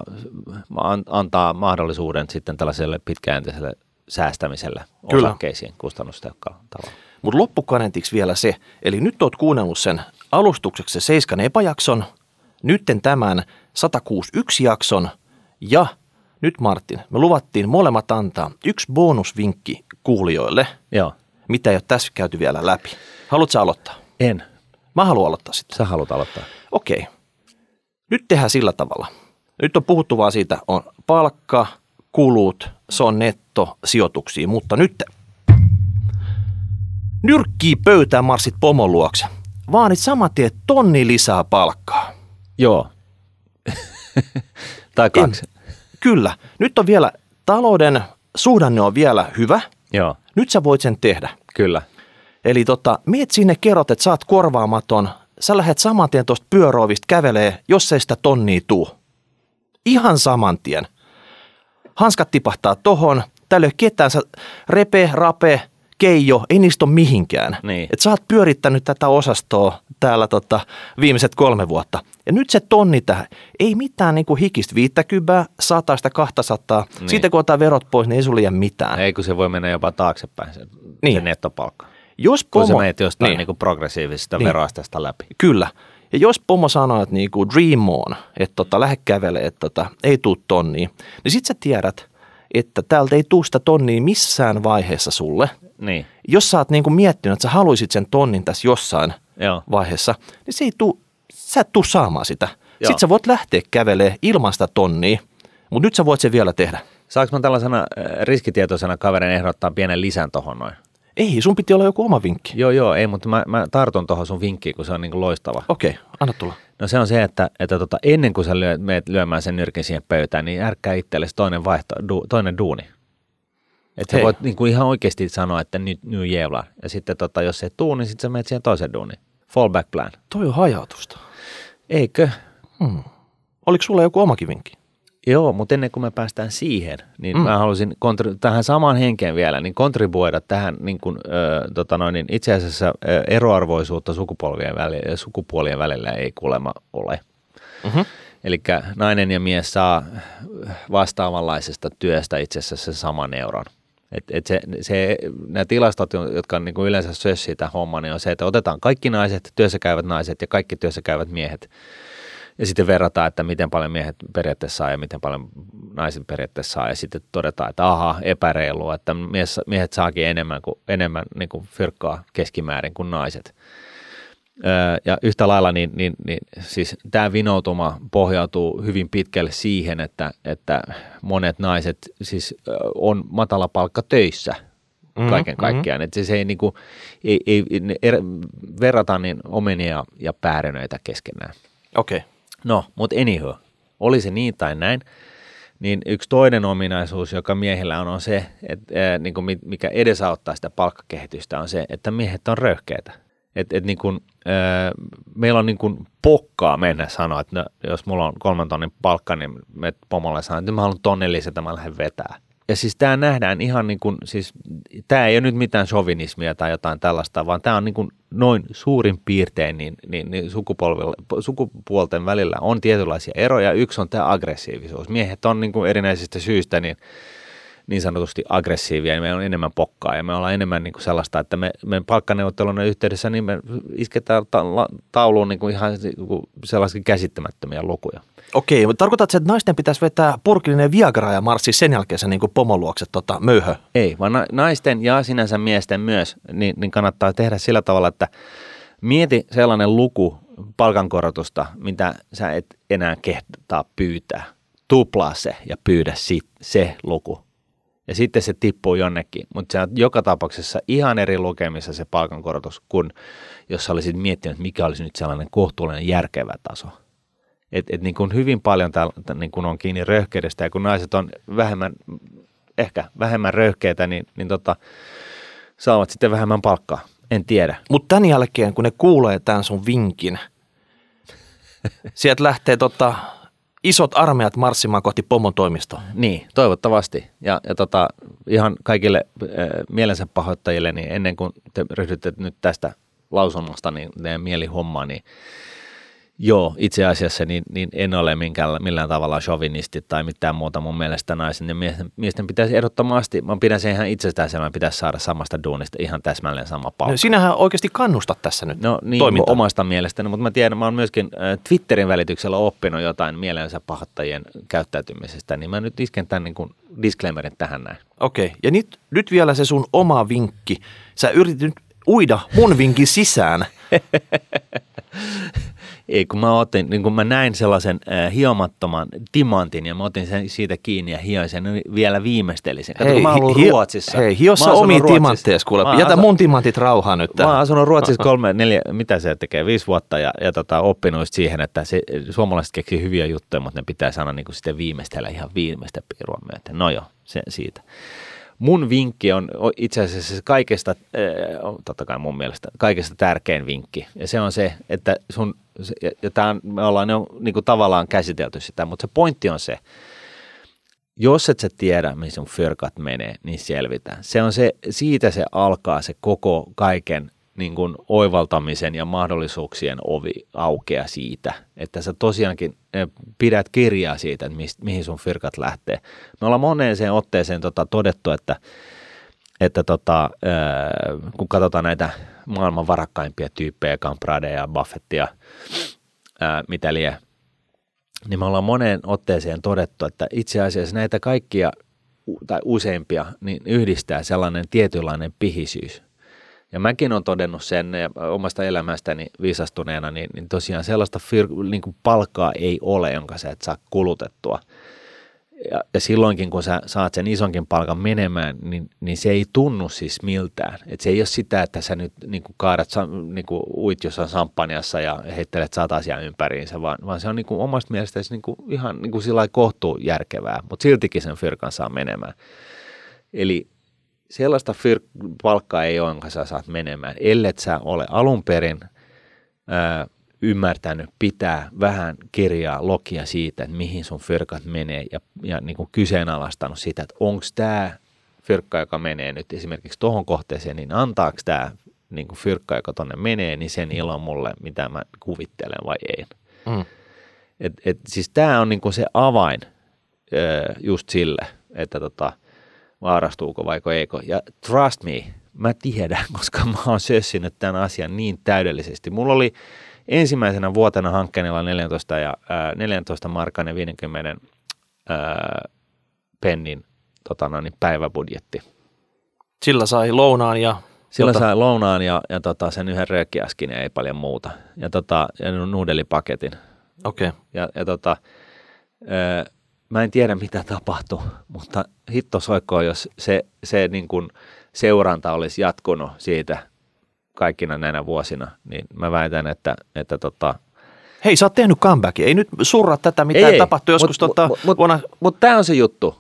antaa mahdollisuuden sitten tällaiselle pitkäjänteiselle säästämiselle osakkeisiin kustannustehokkaalla tavalla. Mutta loppukaneetiksi vielä se, eli nyt olet kuunnellut sen alustukseksi 7 epäjakson, nytten tämän 161 jakson ja nyt Martin, me luvattiin molemmat antaa yksi bonusvinkki kuulijoille, mitä ei ole tässä käyty vielä läpi. Haluatko aloittaa? En. Mä haluan aloittaa sitten. Sä haluat aloittaa. Okei. Nyt tehdään sillä tavalla. Nyt on puhuttu vaan siitä, on palkka, kulut, se on netto, sijoituksia, mutta nyt nyrkkii pöytään marssit pomon luokse. Vaanit saman tien 1 000 lisää palkkaa. Joo. Tai 2. Kyllä. Nyt on vielä, talouden suhdanne on vielä hyvä. Joo. Nyt sä voit sen tehdä. Kyllä. Eli miet sinne, kerrot, että sä oot korvaamaton. Sä lähdet saman tien tuosta pyöräovista kävelee, jos ei sitä 1 000 tuu. Ihan saman tien. Hanskat tipahtaa tohon. Täällä ei ole ketään. Sä rape, keijo, ei niistä ole mihinkään. Niin. Et sä oot pyörittänyt tätä osastoa täällä viimeiset 3 vuotta. Ja nyt se 1 000 tähän. Ei mitään niinku hikistä 50, 100, 200. Niin. Siitä kun ottaa verot pois, niin ei sulle jää mitään. Ei, kun se voi mennä jopa taaksepäin, se nettopalkka. Jos kun sä menet jostain niinku progressiivisesta veroasteesta läpi. Kyllä. Ja jos pomo sanoo, että niinku dream on, että lähde kävelee, että ei tuu 1 000, niin sit sä tiedät, että täältä ei tuu sitä 1 000 missään vaiheessa sulle. Niin. Jos sä oot niinku miettinyt, että sä haluisit sen 1 000 tässä jossain vaiheessa, niin se ei sä et tuu saamaan sitä. Sitten sä voit lähteä kävelemään ilman sitä 1 000, mutta nyt sä voit sen vielä tehdä. Saanko mä tällaisena riskitietoisena kaverin ehdottaa pienen lisän tohon noin? Ei, sun piti olla joku oma vinkki. Joo, ei, mutta mä tartun tuohon sun vinkkiin, kun se on niin kuin loistava. Okei, anna tulla. No se on se, että ennen kuin sä meet lyömään sen nyrkin siihen pöytään, niin ärkkää itsellesi toinen duuni. Että sä voit niin kuin ihan oikeasti sanoa, että nyt jävlar. Ja sitten jos se tuu, niin sitten sä menet siihen toisen duuniin. Fallback plan. Toi on hajautusta. Eikö? Oliko sulla joku omakin vinkki? Joo, mutta ennen kuin me päästään siihen, niin mä haluaisin tähän samaan henkeen vielä, niin kontribuoida tähän niin kuin, itse asiassa eroarvoisuutta sukupuolien välillä ei kuulemma ole. Eli nainen ja mies saa vastaavanlaisesta työstä itse asiassa sen saman euron. Nämä tilastot, jotka niin kuin yleensä sössii sitä hommaa, niin on se, että otetaan kaikki naiset, työssäkäyvät naiset ja kaikki työssäkäyvät miehet. Ja sitten verrataan, että miten paljon miehet periaatteessa saa ja miten paljon naiset periaatteessa saa. Ja sitten todetaan, että epäreilua, että miehet saakin enemmän niin kuin fyrkkaa keskimäärin kuin naiset. Ja yhtä lailla niin siis tämä vinoutuma pohjautuu hyvin pitkälle siihen, että monet naiset siis on matala palkka töissä kaiken kaikkiaan. Että se ei, niin kuin, verrataan niin omenia ja päärynöitä keskenään. Okei. No, mutta anywho, oli se niin tai näin, niin yksi toinen ominaisuus, joka miehillä on se, että niin kuin mikä edesauttaa sitä palkkakehitystä, on se, että miehet on röyhkeitä. Niin kuin, meillä on niin kuin pokkaa mennä sanoa, että no, jos mulla on 3 tonnin palkka, niin me pomolle sanoo, että mä haluan tonnin lisätä, mä lähden vetää. Ja siis tämä nähdään ihan niin kuin, siis tämä ei ole nyt mitään chauvinismia tai jotain tällaista, vaan tämä on niin kuin noin suurin piirtein, niin sukupuolten välillä on tietynlaisia eroja. Yksi on tämä aggressiivisuus. Miehet on niin kuin erinäisistä syistä niin sanotusti aggressiivia, ja meillä on enemmän pokkaa, ja me ollaan enemmän niin kuin sellaista, että me palkkaneuvottelun yhteydessä niin me isketään tauluun niin kuin ihan sellaisia käsittämättömiä lukuja. Okei, mutta tarkoitatko, että naisten pitäisi vetää purkillinen Viagra ja marssia sen jälkeen se niin kuin pomon luokse möyhö? Ei, vaan naisten ja sinänsä miesten myös, niin kannattaa tehdä sillä tavalla, että mieti sellainen luku palkankorotusta, mitä sä et enää kehtaa pyytää. Tuplaa se ja pyydä se luku. Ja sitten se tippuu jonnekin, mutta se on joka tapauksessa ihan eri lukemissa se palkankorotus, kuin jos sä olisit miettinyt, mikä olisi nyt sellainen kohtuullinen järkevä taso. Niin kuin hyvin paljon niin kuin on kiinni röyhkeydestä, ja kun naiset on ehkä vähemmän röyhkeitä, niin saavat sitten vähemmän palkkaa. En tiedä. Mutta tämän jälkeen, kun ne kuulee tämän sun vinkin, sieltä lähtee isot armeijat marssimaan kohti pomon toimistoa. Niin, toivottavasti. Ja ihan kaikille mielensä pahoittajille, niin ennen kuin te ryhdytte nyt tästä lausunnosta niin teidän mielihommaa, niin joo, itse asiassa niin en ole millään tavalla chauvinisti tai mitään muuta. Mun mielestä naisen ja miesten pitäisi ehdottomasti, mä pidän sen ihan itsestäänselvän, pitäisi saada samasta duunista ihan täsmälleen sama palkka. No, sinähän oikeasti kannustat tässä nyt niin, omasta mielestäni, mutta mä tiedän, mä oon myöskin Twitterin välityksellä oppinut jotain mielensä pahoittajien käyttäytymisestä, niin mä nyt isken tämän niin kuin disclaimerin tähän näin. Okei, ja nyt vielä se sun oma vinkki. Sä yritit nyt uida mun vinkin sisään. Ei, kun mä näin sellaisen hiomattoman timantin ja mä otin sen siitä kiinni ja hioin sen vielä viimeistelisen. Kato, kun mä oon ollut Ruotsissa. Hei, hiossa omia timantteja, kuule. Jätä mun timantit rauhaan nyt. Mä oon asunut Ruotsissa mitä se tekee, 5 vuotta ja oppinut siihen, että suomalaiset keksii hyviä juttuja, mutta ne pitää sanoa niin kuin sitten viimeistellä ihan viimeistä piirua myöten. No joo, se siitä. Mun vinkki on itse asiassa kaikesta, totta kai mun mielestä, kaikesta tärkein vinkki. Ja se on se, että me ollaan jo niin kuin tavallaan käsitelty sitä, mutta se pointti on se, jos et sä tiedä, mihin sun fyrkat menee, niin selvitään. Siitä se alkaa se koko kaiken niin kuin oivaltamisen ja mahdollisuuksien ovi aukeaa siitä, että sä tosiaankin pidät kirjaa siitä, että mihin sun fyrkat lähtee. Me ollaan moneen otteeseen todettu, että kun katsotaan näitä maailman varakkaimpia tyyppejä, Kampradeja ja Buffettia, mitä lie, niin me ollaan moneen otteeseen todettu, että itse asiassa näitä kaikkia tai useimpia niin yhdistää sellainen tietynlainen pihisyys. Ja mäkin olen todennut sen ja omasta elämästäni viisastuneena, niin tosiaan sellaista niin kuin palkkaa ei ole, jonka sä et saa kulutettua. Ja silloinkin, kun sä saat sen isonkin palkan menemään, niin se ei tunnu siis miltään. Et se ei ole sitä, että sä nyt niin kuin kaadat, niin kuin uit jossain samppanjassa ja heittelet satasia ympäriinsä, vaan se on niin kuin omasta mielestäsi niin kuin ihan niin kuin sillä kohtuu järkevää, mutta siltikin sen fyrkan saa menemään. Eli sellaista palkkaa ei ole, jonka sä saat menemään, ellet sä ole alun perin ymmärtänyt pitää vähän kirjaa, logia siitä, että mihin sun fyrkat menee ja niin kuin kyseenalaistanut sitä, että onko tämä fyrkka, joka menee nyt esimerkiksi tuohon kohteeseen, niin antaako tämä niin kuin fyrkka, joka tonne menee, niin sen ilon mulle, mitä mä kuvittelen vai ei. Siis tämä on niin kuin se avain just sille, että vaarastuuko vaiko eikö. Ja trust me, mä tiedän, koska mä oon sössinyt tämän asian niin täydellisesti. Mulla oli ensimmäisenä vuotena hankkeenilla 14 markan ja 50 pennin päiväbudjetti. Sillä sai lounaan ja... sai lounaan ja sen yhden röökkiäskin ja ei paljon muuta. Ja nuudelipaketin. Okei. Okay. Mä en tiedä mitä tapahtui, mutta hitto soikkoon, jos se niin kuin seuranta olisi jatkunut siitä kaikkina näinä vuosina, niin mä väitän, että Hei, sä oot tehnyt comebackin. Ei nyt surra tätä, mitä tapahtui joskus vuonna... Mutta tämä on se juttu.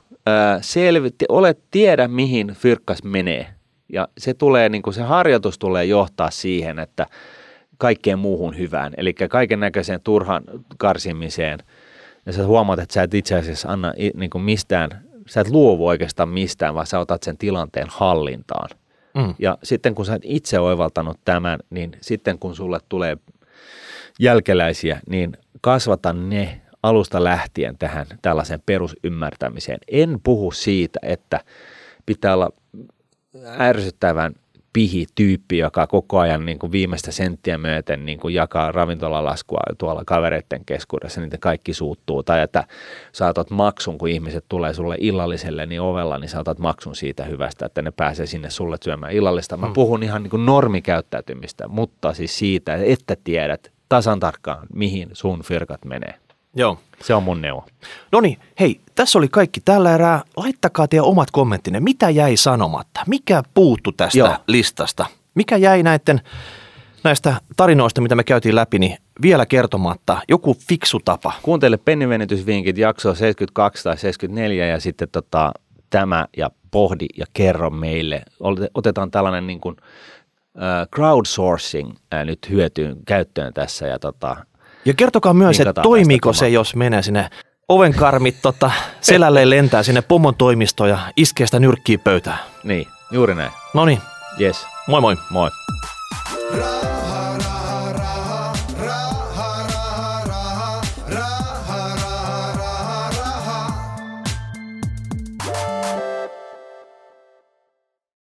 Tiedä, mihin fyrkkas menee. Ja se tulee, niin kuin se harjoitus tulee johtaa siihen, että kaikkeen muuhun hyvään. Eli kaiken näköiseen turhan karsimiseen. Ja sä huomaat, että sä et itse asiassa anna niin kuin mistään, sä et luovu oikeastaan mistään, vaan sä otat sen tilanteen hallintaan. Ja sitten kun sä et itse oivaltanut tämän, niin sitten kun sulle tulee jälkeläisiä, niin kasvata ne alusta lähtien tähän tällaiseen perusymmärtämiseen. En puhu siitä, että pitää olla ärsyttävän pihi-tyyppi, joka koko ajan niin kuin viimeistä senttiä myöten niin kuin jakaa ravintolalaskua tuolla kavereiden keskuudessa, niitä kaikki suuttuu. Tai että saatat maksun, kun ihmiset tulee sulle illalliselle niin ovella, niin saatat maksun siitä hyvästä, että ne pääsee sinne sulle syömään illallista. Mä puhun ihan niin kuin normikäyttäytymistä, mutta siis siitä, että tiedät tasan tarkkaan, mihin sun fyrkat menee. Joo. Se on mun neuvo. Noniin, hei, tässä oli kaikki tällä erää. Laittakaa teidän omat kommenttinne. Mitä jäi sanomatta? Mikä puuttu tästä listasta? Mikä jäi näistä tarinoista, mitä me käytiin läpi, niin vielä kertomatta? Joku fiksu tapa. Kuuntele pennivenetysvinkit jaksoa 72 tai 74 ja sitten tämä ja pohdi ja kerro meille. Otetaan tällainen niin kuin crowdsourcing nyt hyötyyn käyttöön tässä ja kertokaa myös, että toimiiko se, jos menee sinne ovenkarmit selälleen lentää sinne pomon toimistoon ja iskee sitä nyrkkiä pöytään. Niin, juuri näin. Noniin. Yes. Moi moi. Moi.